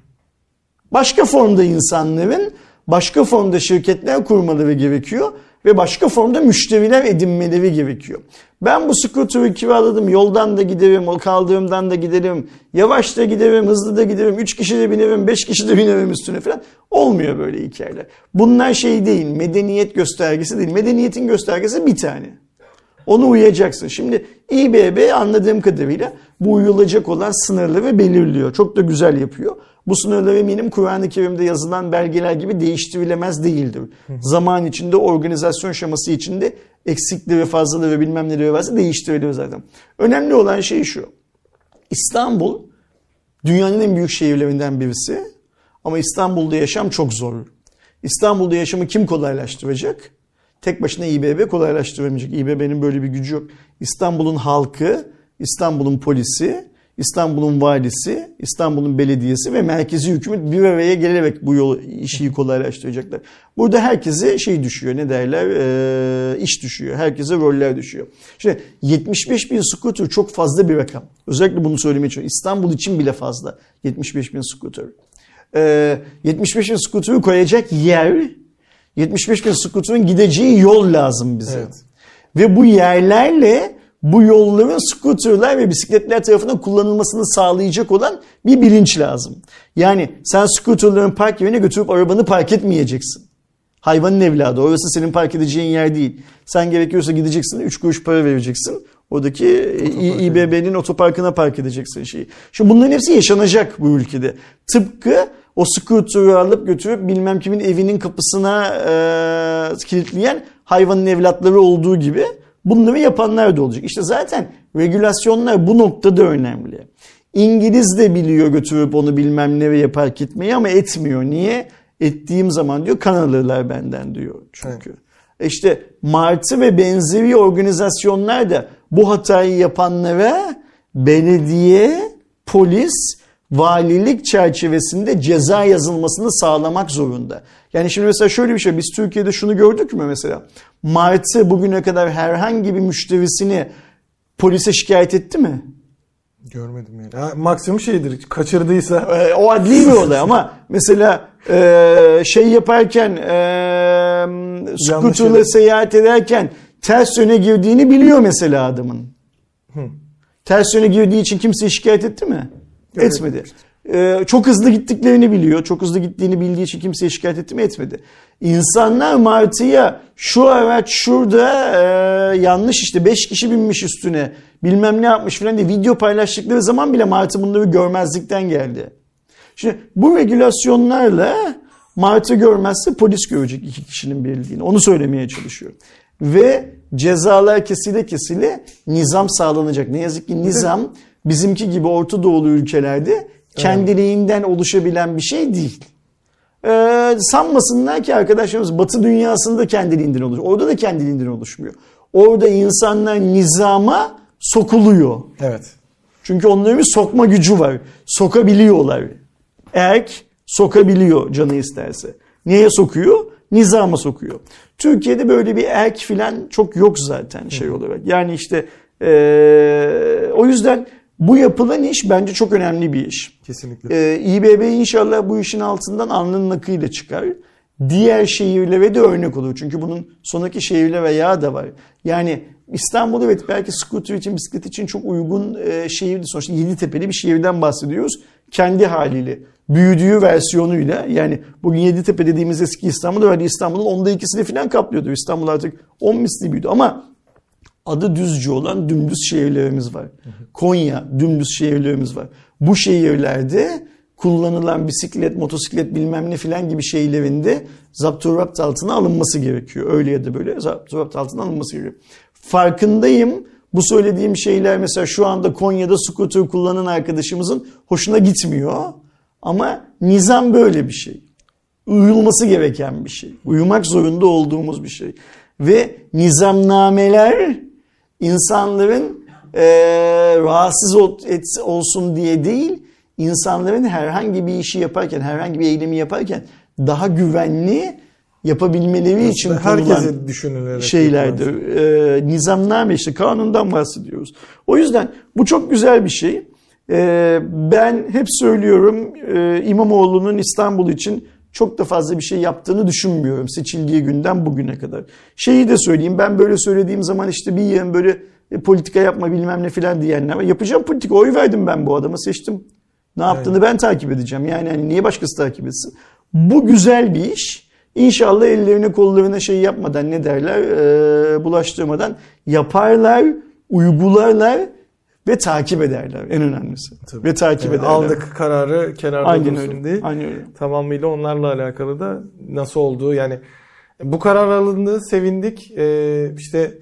Başka formda insanların, başka formda şirketler kurmaları gerekiyor ve başka formda müşteriler edinmeleri gerekiyor. Ben bu scooter'ı kiraladım, yoldan da giderim, o kaldırımdan da giderim, yavaş da giderim, hızlı da giderim, 3 kişi de binerim, 5 kişi de binerim üstüne falan. Olmuyor böyle hikayeler. Bunlar şey değil, medeniyet göstergesi değil. Medeniyetin göstergesi bir tane. Onu uyacaksın. Şimdi İBB anladığım kadarıyla bu uyulacak olan sınırları belirliyor. Çok da güzel yapıyor. Bu sınırlar eminim Kur'an-ı Kerim'de yazılan belgeler gibi değiştirilemez değildir. Zaman içinde, organizasyon şeması içinde eksikleri, fazlaları, bilmem neleri varsa değiştirilir zaten. Önemli olan şey şu. İstanbul dünyanın en büyük şehirlerinden birisi. Ama İstanbul'da yaşam çok zor. İstanbul'da yaşamı kim kolaylaştıracak? Tek başına İBB kolaylaştıramayacak. İBB'nin böyle bir gücü yok. İstanbul'un halkı, İstanbul'un polisi, İstanbul'un valisi, İstanbul'un belediyesi ve merkezi hükümet bir araya gelerek bu yolu işi kolaylaştıracaklar. Burada herkese şey düşüyor, ne derler, iş düşüyor. Herkese roller düşüyor. Şimdi 75 bin scooter çok fazla bir rakam. Özellikle bunu söylemeye çalışıyorum. İstanbul için bile fazla 75 bin scooter. 75 bin scooter'ı koyacak yer, 75 bin scooter'ın gideceği yol lazım bize. Evet. Ve bu yerlerle bu yolların scooterlar ve bisikletler tarafından kullanılmasını sağlayacak olan bir bilinç lazım. Yani sen scooterların park yerine götürüp arabanı park etmeyeceksin. Hayvanın evladı. Orası senin park edeceğin yer değil. Sen gerekiyorsa gideceksin, 3 kuruş para vereceksin. Oradaki İBB'nin otoparkına park edeceksin şeyi. Şimdi bunların hepsi yaşanacak bu ülkede. Tıpkı o scooter'ı alıp götürüp bilmem kimin evinin kapısına kilitleyen hayvanın evlatları olduğu gibi bunları yapanlar da olacak. İşte zaten regülasyonlar bu noktada önemli. İngiliz de biliyor götürüp onu bilmem nereye park etmeyi ama etmiyor. Niye? Ettiğim zaman diyor kan alırlar benden diyor çünkü. Evet. İşte Martı ve benzeri organizasyonlar da bu hatayı yapanlara belediye, polis, valilik çerçevesinde ceza yazılmasını sağlamak zorunda. Yani şimdi mesela şöyle bir şey, biz Türkiye'de şunu gördük mü mesela? Martı bugüne kadar herhangi bir müşterisini polise şikayet etti mi? Görmedim yani. Maksimum şeydir, kaçırdıysa. O adli bir olay ama mesela şey yaparken scooter'la seyahat ederken ters yöne girdiğini biliyor mesela adamın. Ters yöne girdiği için kimse şikayet etti mi? Etmedi. Çok hızlı gittiklerini biliyor. Çok hızlı gittiğini bildiği için kimseye şikayet etti mi? Etmedi. İnsanlar Martı'ya şu araç şurada yanlış işte 5 kişi binmiş üstüne bilmem ne yapmış falan diye video paylaştıkları zaman bile Martı bunları görmezlikten geldi. Şimdi bu regülasyonlarla Martı görmezse polis görecek 2 kişinin bildiğini. Onu söylemeye çalışıyor. Ve cezalar kesile nizam sağlanacak. Ne yazık ki nizam bizimki gibi Orta Doğulu ülkelerde kendiliğinden oluşabilen bir şey değil. Sanmasınlar ki arkadaşlarımız Batı dünyasında kendiliğinden oluşuyor. Orada da kendiliğinden oluşmuyor. Orada insanlar nizama sokuluyor. Evet. Çünkü onların bir sokma gücü var. Sokabiliyorlar. Erk sokabiliyor canı isterse. Neye sokuyor? Nizama sokuyor. Türkiye'de böyle bir erk filan çok yok zaten şey olarak. Yani işte o yüzden bu yapılan iş bence çok önemli bir iş. Kesinlikle. İBB inşallah bu işin altından alnının akıyla çıkar. Diğer şehirlere de örnek olur. Çünkü bunun sonraki şehirler ayağı da var. Yani İstanbul evet belki scooter için, bisiklet için çok uygun şehirdi. Sonuçta Yeditepe'li bir şehirden bahsediyoruz. Kendi haliyle. Büyüdüğü versiyonuyla. Yani bugün Yeditepe dediğimiz eski İstanbul'da vardı. İstanbul'un 10'da 2'sini falan kaplıyordu. İstanbul artık 10 misli büyüdü. Ama adı düzce olan dümdüz şehirlerimiz var. Konya dümdüz şehirlerimiz var. Bu şehirlerde kullanılan bisiklet, motosiklet bilmem ne filan gibi şeylerinde zapturapt altına alınması gerekiyor. Öyle ya da böyle zapturapt altına alınması gerekiyor. Farkındayım. Bu söylediğim şeyler mesela şu anda Konya'da scooter kullanan arkadaşımızın hoşuna gitmiyor. Ama nizam böyle bir şey. Uyulması gereken bir şey. Uyumak zorunda olduğumuz bir şey. Ve nizamnameler insanların rahatsız olsun diye değil, insanların herhangi bir işi yaparken, herhangi bir eylemi yaparken daha güvenli yapabilmeleri için kullanılan şeylerdir. Nizamname işte kanundan bahsediyoruz. O yüzden bu çok güzel bir şey. Ben hep söylüyorum İmamoğlu'nun İstanbul için çok da fazla bir şey yaptığını düşünmüyorum seçildiği günden bugüne kadar. Şeyi de söyleyeyim, ben böyle söylediğim zaman işte bir yığın böyle politika yapma bilmem ne filan diyenler var. Yapacağım politika, oy verdim ben bu adama, seçtim. Ne yaptığını ben takip edeceğim. Yani hani niye başkası takip etsin? Bu güzel bir iş. İnşallah ellerine kollarına şey yapmadan ne derler bulaştırmadan yaparlar, uygularlar ve takip ederler. En önemlisi. Tabii. Ve takip ederler. Aldık kararı kenarda dursun değil. Aynen öyle. Tamamıyla onlarla alakalı da nasıl olduğu yani bu karar alındı, sevindik. İşte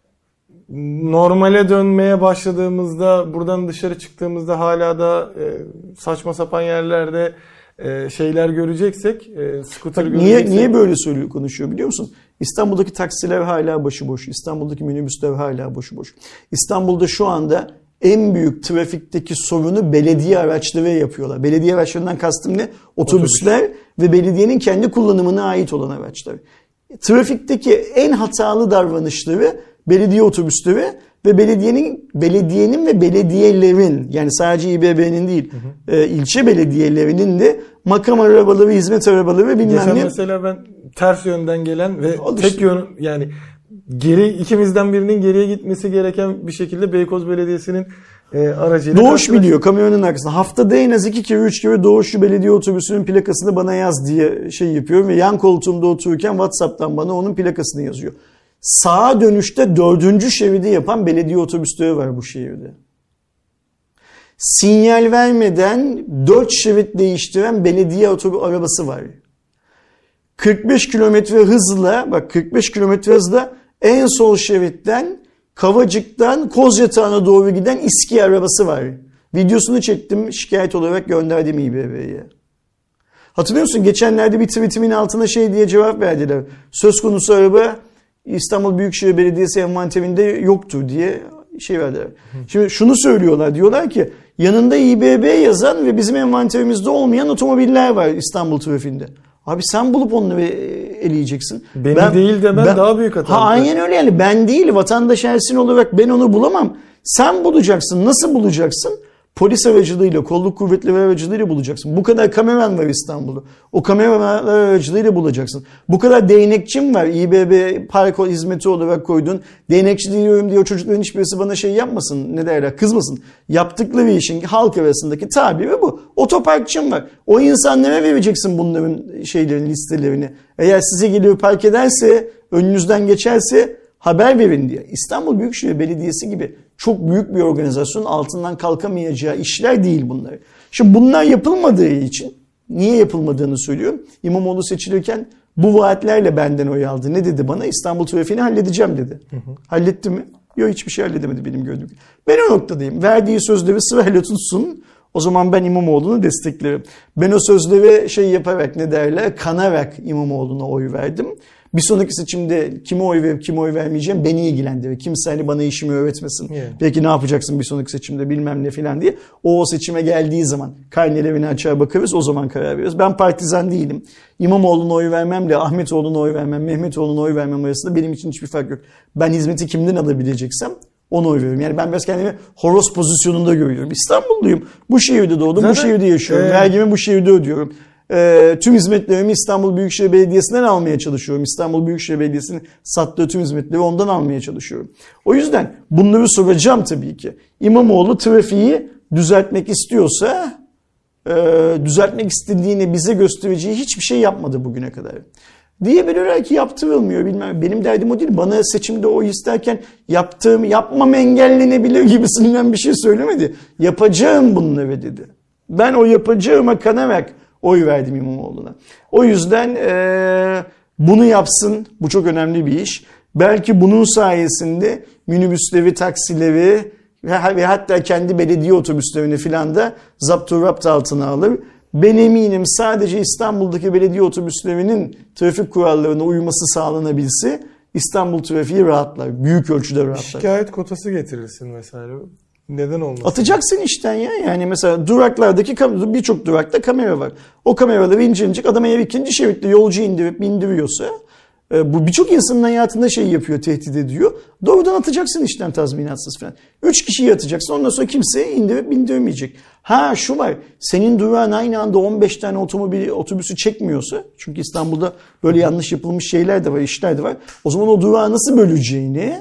normale dönmeye başladığımızda, buradan dışarı çıktığımızda hala da saçma sapan yerlerde şeyler göreceksek, scooter göreceksek. Niye böyle söylüyor, konuşuyor biliyor musun? İstanbul'daki taksiler hala başıboş. İstanbul'daki minibüsler hala başıboş. İstanbul'da şu anda en büyük trafikteki sorunu belediye araçları yapıyorlar. Belediye araçlarından kastım ne? Otobüsler ve belediyenin kendi kullanımına ait olan araçlar. Trafikteki en hatalı davranışları belediye otobüsleri ve belediyenin ve belediyelerin, yani sadece İBB'nin değil, ilçe belediyelerinin de makam arabaları, hizmet arabaları bilmem Geçen ne. mesela ben ters yönden gelen ve İşte. tek yön, yani ikimizden birinin geriye gitmesi gereken bir şekilde Beykoz Belediyesi'nin aracıyla Doğuş biliyor kamyonun arkasında. Haftada en az 2 kere 3 kere Doğuşlu belediye otobüsünün plakasını bana yaz diye şey yapıyorum ve yan koltuğumda otururken WhatsApp'tan bana onun plakasını yazıyor. Sağa dönüşte 4. şeridi yapan belediye otobüsleri var bu şehirde. Sinyal vermeden 4 şerit değiştiren belediye otobüs arabası var. 45 kilometre hızla, bak 45 kilometre hızla en sol şeritten Kavacık'tan Kozyatağı'na doğru giden İSKİ arabası var. Videosunu çektim, şikayet olarak gönderdim İBB'ye. Hatırlıyor musun? Geçenlerde bir tweetimin altına şey diye cevap verdiler. Söz konusu araba İstanbul Büyükşehir Belediyesi envanterinde yoktur diye şey verdiler. Şimdi şunu söylüyorlar. Diyorlar ki yanında İBB yazan ve bizim envanterimizde olmayan otomobiller var İstanbul trafiğinde. Abi sen bulup onları eleyeceksin. Beni değil demen daha büyük hata. Aynen öyle, yani ben değil, vatandaş Ersin olarak ben onu bulamam. Sen bulacaksın. Nasıl bulacaksın? Polis aracılığıyla, kolluk kuvvetleri aracılığıyla bulacaksın. Bu kadar kameran var İstanbul'da. O kameralar aracılığıyla bulacaksın. Bu kadar değnekçim var. İBB park hizmeti olarak koydun. Değnekçi diyorum diye o çocukların hiçbirisi bana şey yapmasın. Ne derler? Kızmasın. Yaptıkları işin halk arasındaki tabiri bu. Otoparkçım var. O insanlara vereceksin bunların şeylerin, listelerini. Eğer size geliyor park ederse, önünüzden geçerse haber verin diye. İstanbul Büyükşehir Belediyesi gibi çok büyük bir organizasyonun altından kalkamayacağı işler değil bunlar. Şimdi bunlar yapılmadığı için, niye yapılmadığını söylüyorum. İmamoğlu seçilirken bu vaatlerle benden oy aldı. Ne dedi bana? İstanbul trafiğini halledeceğim dedi. Halletti mi? Yok, hiçbir şey halledemedi benim gördüğüm gibi. Ben o noktadayım. Verdiği sözleri sırayla tutsun. O zaman ben İmamoğlu'nu desteklerim. Ben o sözleri şey yaparak, ne derler, kanarak İmamoğlu'na oy verdim. Bir sonraki seçimde kime oy verip kime oy vermeyeceğim beni ilgilendirir. Kimse hani bana işimi öğretmesin. Yeah. Peki ne yapacaksın bir sonraki seçimde bilmem ne filan diye. O seçime geldiği zaman karnelerini açar bakarız, o zaman karar veririz. Ben partizan değilim. İmamoğlu'na oy vermemle Ahmetoğlu'na oy vermem, Mehmetoğlu'na oy vermem arasında benim için hiçbir fark yok. Ben hizmeti kimden alabileceksem ona oy veriyorum. Yani ben biraz kendimi horoz pozisyonunda görüyorum. İstanbulluyum. Bu şehirde doğdum, zaten, bu şehirde yaşıyorum. Vergimi bu şehirde ödüyorum. Tüm hizmetlerimi İstanbul Büyükşehir Belediyesi'nden almaya çalışıyorum. İstanbul Büyükşehir Belediyesi'nin sattığı tüm hizmetleri ondan almaya çalışıyorum. O yüzden bunları soracağım tabii ki. İmamoğlu trafiği düzeltmek istiyorsa, düzeltmek istediğini bize göstereceği hiçbir şey yapmadı bugüne kadar. Diyebilirler ki yaptırılmıyor bilmem. Benim derdim o değil. Bana seçimde oy isterken yapmam engellenebilir gibisinden bir şey söylemedi. Yapacağım bunları dedi. Ben o yapacağıma kanarak oy verdim İmamoğlu'na. O yüzden bunu yapsın. Bu çok önemli bir iş. Belki bunun sayesinde minibüsleri, taksileri ve hatta kendi belediye otobüslerini filan da zapturapt altına alır. Ben eminim sadece İstanbul'daki belediye otobüslerinin trafik kurallarına uyması sağlanabilse İstanbul trafiği rahatlar. Büyük ölçüde rahatlar. Şikayet kotası getirilsin mesela. Neden olmasın? Atacaksın işten ya. Yani mesela duraklardaki birçok durakta kamera var. O kameraları incelecek. Adam eğer ikinci şeritte yolcu indirip bindiriyorsa bu birçok insanın hayatında şey yapıyor, tehdit ediyor. Doğrudan atacaksın işten tazminatsız falan. 3 kişiyi atacaksın. Ondan sonra kimse indirip bindirmeyecek. Ha şu var. Senin durağın aynı anda 15 tane otobüsü çekmiyorsa, çünkü İstanbul'da böyle yanlış yapılmış şeyler de var, işler de var. O zaman o durağı nasıl böleceğini,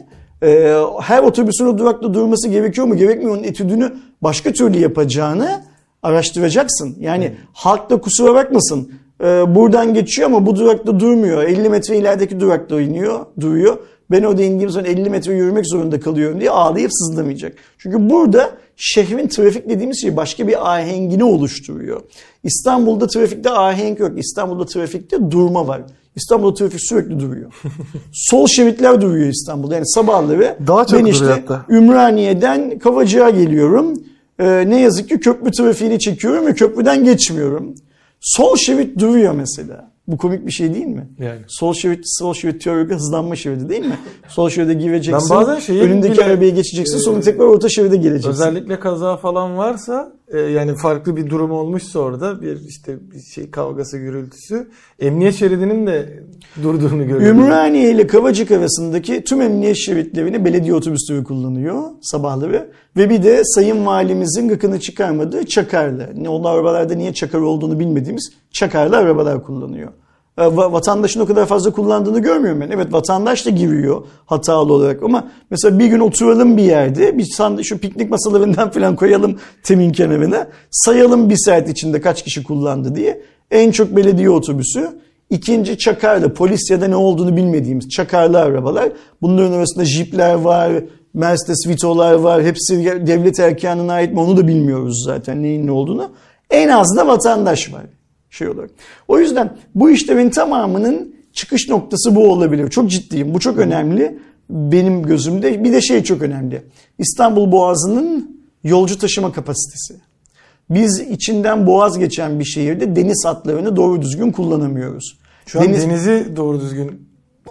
her otobüsün o durakta durması gerekiyor mu gerekmiyor, onun etüdünü başka türlü yapacağını araştıracaksın. Yani halk da kusura bakmasın. Buradan geçiyor ama bu durakta durmuyor. 50 metre ilerideki durakta duruyor. Ben orada indiğim zaman 50 metre yürümek zorunda kalıyorum diye ağlayıp sızlamayacak. Çünkü burada şehrin trafik dediğimiz şey başka bir ahengini oluşturuyor. İstanbul'da trafikte ahenk yok. İstanbul'da trafikte durma var. İstanbul'da trafik sürekli duruyor. Sol şeritler duruyor İstanbul'da. Yani sabahları ben işte Ümraniye'den Kavacık'a geliyorum. Ne yazık ki köprü trafiğini çekiyorum ve köprüden geçmiyorum. Sol şerit duruyor mesela. Bu komik bir şey değil mi? Yani. Sol şerit teorik hızlanma şeridi değil mi? Sol şeride gireceksin. Ben bazen önündeki arabaya geçeceksin. Sonra tekrar orta şeride geleceksin. Özellikle kaza falan varsa yani farklı bir durum olmuşsa orada bir kavgası, gürültüsü, emniyet şeridinin de durduğunu görüyoruz. Ümraniye ile Kavacık arasındaki tüm emniyet şeritlerini belediye otobüsleri kullanıyor sabahları. Ve bir de Sayın Valimizin gıkını çıkarmadığı çakarlı. O arabalarda niye çakar olduğunu bilmediğimiz çakarlı arabalar kullanıyor. Vatandaşın o kadar fazla kullandığını görmüyorum ben. Evet, vatandaş da giriyor hatalı olarak ama mesela bir gün oturalım bir yerde, şu piknik masalarından falan koyalım temin kenarına, sayalım bir saat içinde kaç kişi kullandı diye. En çok belediye otobüsü, ikinci çakarlı, polis ya da ne olduğunu bilmediğimiz çakarlı arabalar. Bunların arasında jipler var, Mercedes Vito'lar var, hepsi devlet erkanına ait mi onu da bilmiyoruz zaten neyin ne olduğunu. En az da vatandaş var. Olarak. O yüzden bu işlerin tamamının çıkış noktası bu olabilir. Çok ciddiyim. Bu çok önemli benim gözümde. Bir de çok önemli. İstanbul Boğazı'nın yolcu taşıma kapasitesi. Biz içinden boğaz geçen bir şehirde deniz hatlarını doğru düzgün kullanamıyoruz. Şu an denizi doğru düzgün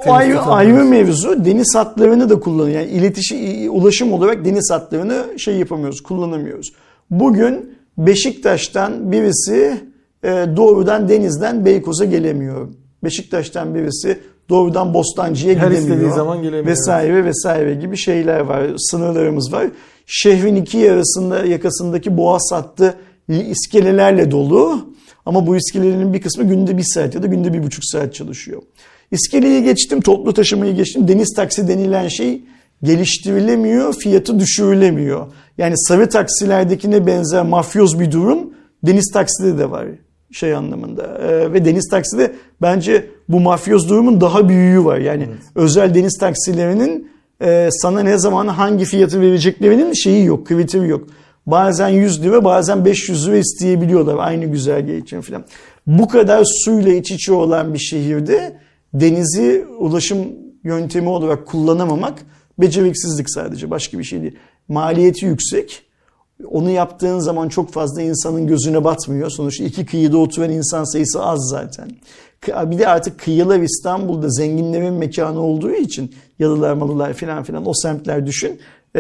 ayrı mevzu. Deniz hatlarını da kullanıyor. Yani ulaşım olarak deniz hatlarını yapamıyoruz, kullanamıyoruz. Bugün Beşiktaş'tan birisi doğrudan denizden Beykoz'a gelemiyor. Beşiktaş'tan birisi doğrudan Bostancı'ya gidemiyor. Her istediği zaman gelemiyor. Vesaire gibi şeyler var. Sınırlarımız var. Şehrin iki yakasındaki boğaz hattı iskelelerle dolu. Ama bu iskelelerin bir kısmı günde 1 saat ya da günde 1,5 saat çalışıyor. İskeleyi geçtim, toplu taşımayı geçtim. Deniz taksi denilen şey geliştirilemiyor, fiyatı düşürülemiyor. Yani sarı taksilerdekine benzer mafyoz bir durum deniz takside de var anlamında. Ve deniz takside bence bu mafyoz durumun daha büyüğü var. Yani özel deniz taksilerinin sana ne zaman hangi fiyatı vereceklerinin yok, kriteri yok. Bazen 100 lira, bazen 500 lira isteyebiliyorlar aynı güzergah için falan. Bu kadar suyla iç içe olan bir şehirde denizi ulaşım yöntemi olarak kullanamamak beceriksizlik sadece, başka bir şey değil. Maliyeti yüksek. Onu yaptığın zaman çok fazla insanın gözüne batmıyor. Sonuçta iki kıyıda oturan insan sayısı az zaten. Bir de artık kıyılar İstanbul'da zenginlerin mekanı olduğu için yalılar malılar filan o semtler düşün.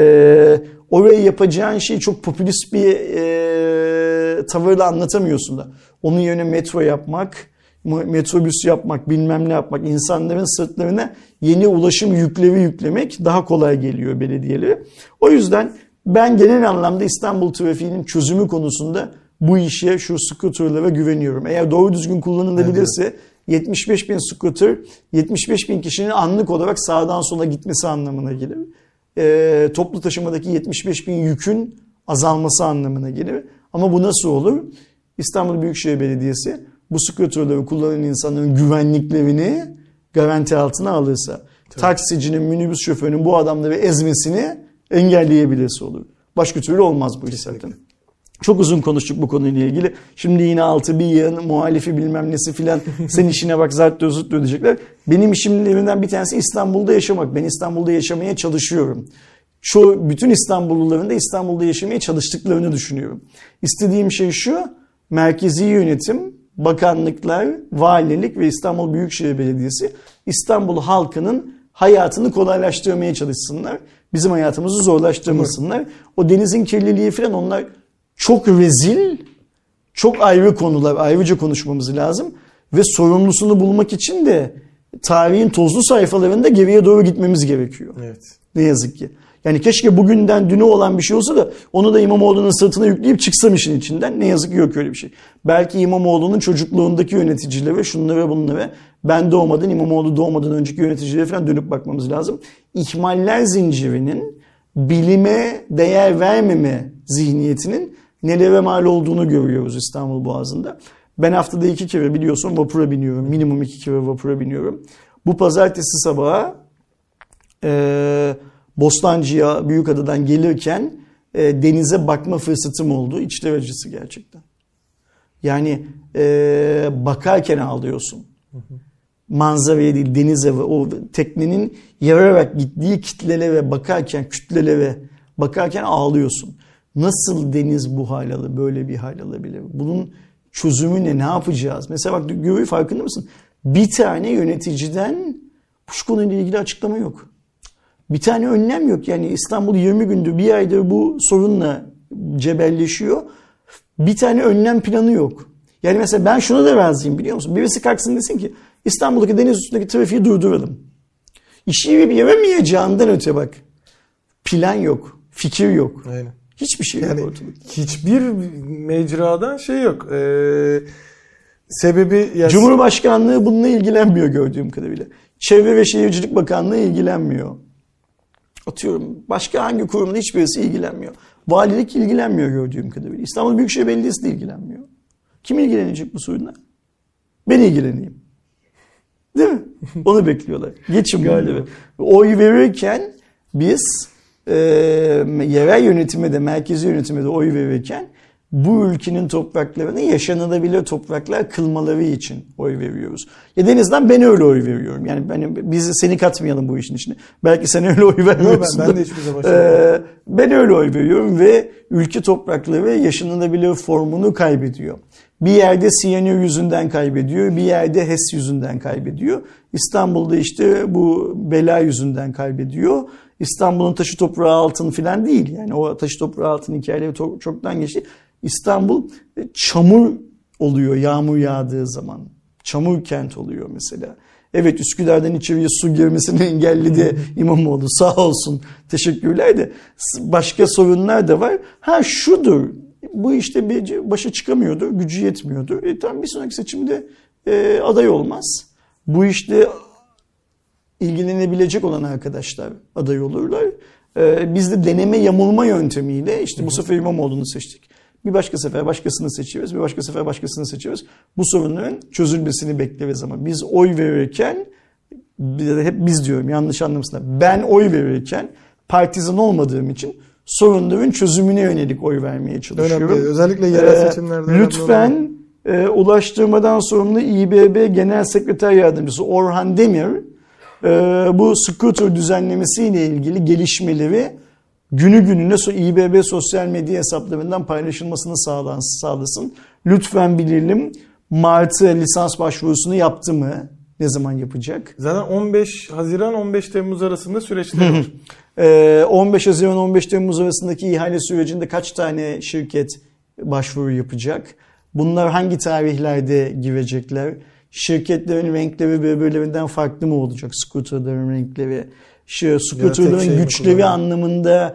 Oraya yapacağın şeyi çok popülist bir tavırla anlatamıyorsun da. Onun yerine metro yapmak, metrobüs yapmak, bilmem ne yapmak, insanların sırtlarına yeni ulaşım yükleri yüklemek daha kolay geliyor belediyelere. O yüzden ben genel anlamda İstanbul trafiğinin çözümü konusunda bu işe, şu scooterlara güveniyorum. Eğer doğru düzgün kullanılabilirse 75 bin scooter, 75 bin kişinin anlık olarak sağdan sola gitmesi anlamına gelir. Toplu taşımadaki 75 bin yükün azalması anlamına gelir. Ama bu nasıl olur? İstanbul Büyükşehir Belediyesi bu scooterları kullanan insanların güvenliklerini garanti altına alırsa, taksicinin, minibüs şoförünün bu adamları ezmesini engelleyebilirse olur. Başka türlü olmaz bu iş zaten. Çok uzun konuştuk bu konuyla ilgili. Şimdi yine altı bir yığın muhalifi bilmem nesi filan sen işine bak zart diyecekler. Benim işimlerinden bir tanesi İstanbul'da yaşamak. Ben İstanbul'da yaşamaya çalışıyorum. Bütün İstanbulluların da İstanbul'da yaşamaya çalıştıklarını düşünüyorum. İstediğim şey şu: merkezi yönetim, bakanlıklar, valilik ve İstanbul Büyükşehir Belediyesi İstanbul halkının hayatını kolaylaştırmaya çalışsınlar. Bizim hayatımızı zorlaştırmasınlar. O denizin kirliliği falan, onlar çok rezil, çok ayrı konular. Ayrıca konuşmamız lazım. Ve sorumlusunu bulmak için de tarihin tozlu sayfalarında geriye doğru gitmemiz gerekiyor. Evet. Ne yazık ki. Yani keşke bugünden düne olan bir şey olsa da onu da İmamoğlu'nun sırtına yükleyip çıksam işin içinden. Ne yazık ki yok öyle bir şey. Belki İmamoğlu'nun çocukluğundaki yöneticilere, şunlara bunlara, ben doğmadan, İmamoğlu doğmadan önceki yöneticilere falan dönüp bakmamız lazım. İhmaller zincirinin, bilime değer vermeme zihniyetinin nelere mal olduğunu görüyoruz İstanbul Boğazı'nda. Ben haftada 2 kere biliyorsun vapura biniyorum. Minimum 2 kere vapura biniyorum. Bu pazartesi sabahı Bostancı'ya, Büyükada'dan gelirken denize bakma fırsatım oldu. İçler acısı gerçekten. Yani bakarken ağlıyorsun. Manzaraya değil, denize ve o teknenin yararak gittiği kitlelere bakarken, kütlelere bakarken ağlıyorsun. Nasıl deniz bu hal alır, böyle bir hal alabilir? Bunun Çözümü ne yapacağız? Mesela bak görüyor, farkında mısın? Bir tane yöneticiden bu konuyla ilgili açıklama yok. Bir tane önlem yok. Yani İstanbul 20 gündür, bir aydır bu sorunla cebelleşiyor. Bir tane önlem planı yok. Yani mesela ben şuna da razıyım, biliyor musun? Birisi kalksın desin ki İstanbul'daki deniz üstündeki trafiği durduralım. İşi yapameyeceğinden öte bak. Plan yok. Fikir yok. Aynen. Hiçbir şey Yani yok ortada. hiçbir mecradan şey yok. Sebebi... Ya Cumhurbaşkanlığı bununla ilgilenmiyor gördüğüm kadarıyla. Çevre ve Şehircilik Bakanlığı ilgilenmiyor. Atıyorum başka hangi kurumda hiçbirisi ilgilenmiyor. Valilik ilgilenmiyor gördüğüm kadarıyla. İstanbul Büyükşehir Belediyesi de ilgilenmiyor. Kim ilgilenecek bu sorunla? Ben ilgileneyim. Değil mi? Onu bekliyorlar. Geçin galiba. Oy verirken biz yerel yönetime de merkezi yönetime de oy verirken bu ülkenin topraklarını yaşanılabilir topraklar kılmaları için oy veriyoruz. Ya en azından ben öyle oy veriyorum. Yani biz seni katmayalım bu işin içine. Belki sen öyle oy vermiyorsun. Ben de hiçbir zaman ben öyle oy veriyorum ve ülke toprakları yaşanılabilir formunu kaybediyor. Bir yerde siyanür yüzünden kaybediyor, bir yerde HES yüzünden kaybediyor. İstanbul'da işte bu bela yüzünden kaybediyor. İstanbul'un taşı toprağı altın falan değil. Yani o taşı toprağı altın hikayeleri çoktan geçti. İstanbul çamur oluyor yağmur yağdığı zaman. Çamur kent oluyor mesela. Evet, Üsküdar'dan içeriye su girmesini engelledi İmamoğlu, sağ olsun, teşekkürler de başka sorunlar da var. Ha şudur, bu işte başa çıkamıyordur, gücü yetmiyordur. Tam bir sonraki seçimde aday olmaz. Bu işte ilgilenebilecek olan arkadaşlar aday olurlar. Biz de deneme yamulma yöntemiyle işte bu sefer İmamoğlu'nu seçtik. Bir başka sefer başkasını seçiyoruz, bir başka sefer başkasını seçiyoruz. Bu sorunların çözülmesini bekleriz ama biz oy verirken, hep biz diyorum, yanlış anlamasınlar. Ben oy verirken partizan olmadığım için sorunların çözümüne yönelik oy vermeye çalışıyorum. Önemli. Özellikle yerel seçimlerde. Lütfen Ulaştırmadan sorumlu İBB Genel Sekreter Yardımcısı Orhan Demir bu scooter düzenlemesiyle ilgili gelişmeleri günü gününe İBB sosyal medya hesaplarından paylaşılmasını sağlasın. Lütfen bilelim, Mart'ta lisans başvurusunu yaptı mı? Ne zaman yapacak? Zaten 15 Haziran 15 Temmuz arasında süreçleri var. 15 Haziran 15 Temmuz arasındaki ihale sürecinde kaç tane şirket başvuru yapacak? Bunlar hangi tarihlerde girecekler? Şirketlerin renkleri birbirlerinden farklı mı olacak? Scooter'ların renkleri. Scooter'ların güçleri anlamında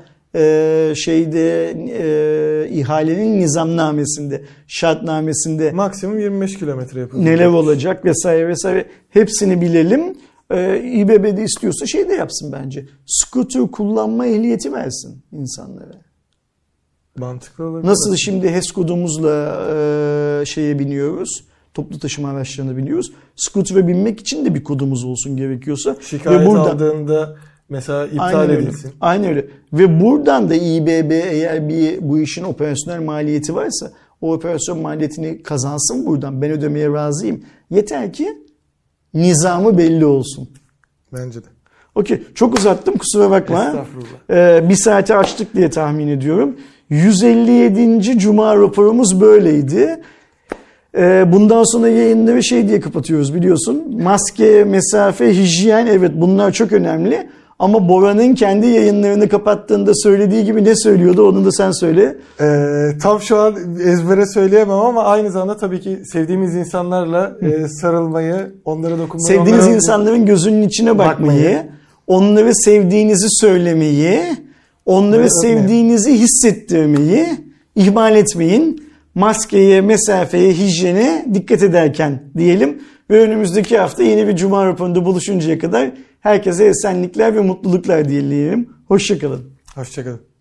ihalenin nizamnamesinde, şartnamesinde maksimum 25 kilometre yapılacak. Neler olacak vesaire vesaire. Hepsini bilelim. İBB'de istiyorsa de yapsın bence. Scooter kullanma ehliyeti versin insanlara. Mantıklı olabilir. Nasıl şimdi HES kodumuzla biniyoruz, toplu taşıma araçlarına biniyoruz. Scooter'a binmek için de bir kodumuz olsun gerekiyorsa. Şikayet aldığında mesela iptal edilsin. Aynen öyle. Ve buradan da İBB eğer bu işin operasyonel maliyeti varsa o operasyon maliyetini kazansın buradan. Ben ödemeye razıyım. Yeter ki nizamı belli olsun. Bence de. Okey. Çok uzattım, kusura bakma. Estağfurullah. Bir saate açtık diye tahmin ediyorum. 157. Cuma raporumuz böyleydi. Bundan sonra yayınları diye kapatıyoruz biliyorsun. Maske, mesafe, hijyen, evet bunlar çok önemli. Ama Bora'nın kendi yayınlarını kapattığında söylediği gibi ne söylüyordu, onu da sen söyle. Tam şu an ezbere söyleyemem ama aynı zamanda tabii ki sevdiğimiz insanlarla sarılmayı, onlara dokunmayı. Sevdiğiniz insanların gözünün içine bakmayı, onları sevdiğinizi söylemeyi, onları sevdiğinizi hissettirmeyi ihmal etmeyin. Maskeye, mesafeye, hijyene dikkat ederken diyelim. Ve önümüzdeki hafta yeni bir Cuma raporunda buluşuncaya kadar herkese esenlikler ve mutluluklar dileyelim. Hoşça kalın. Hoşça kalın.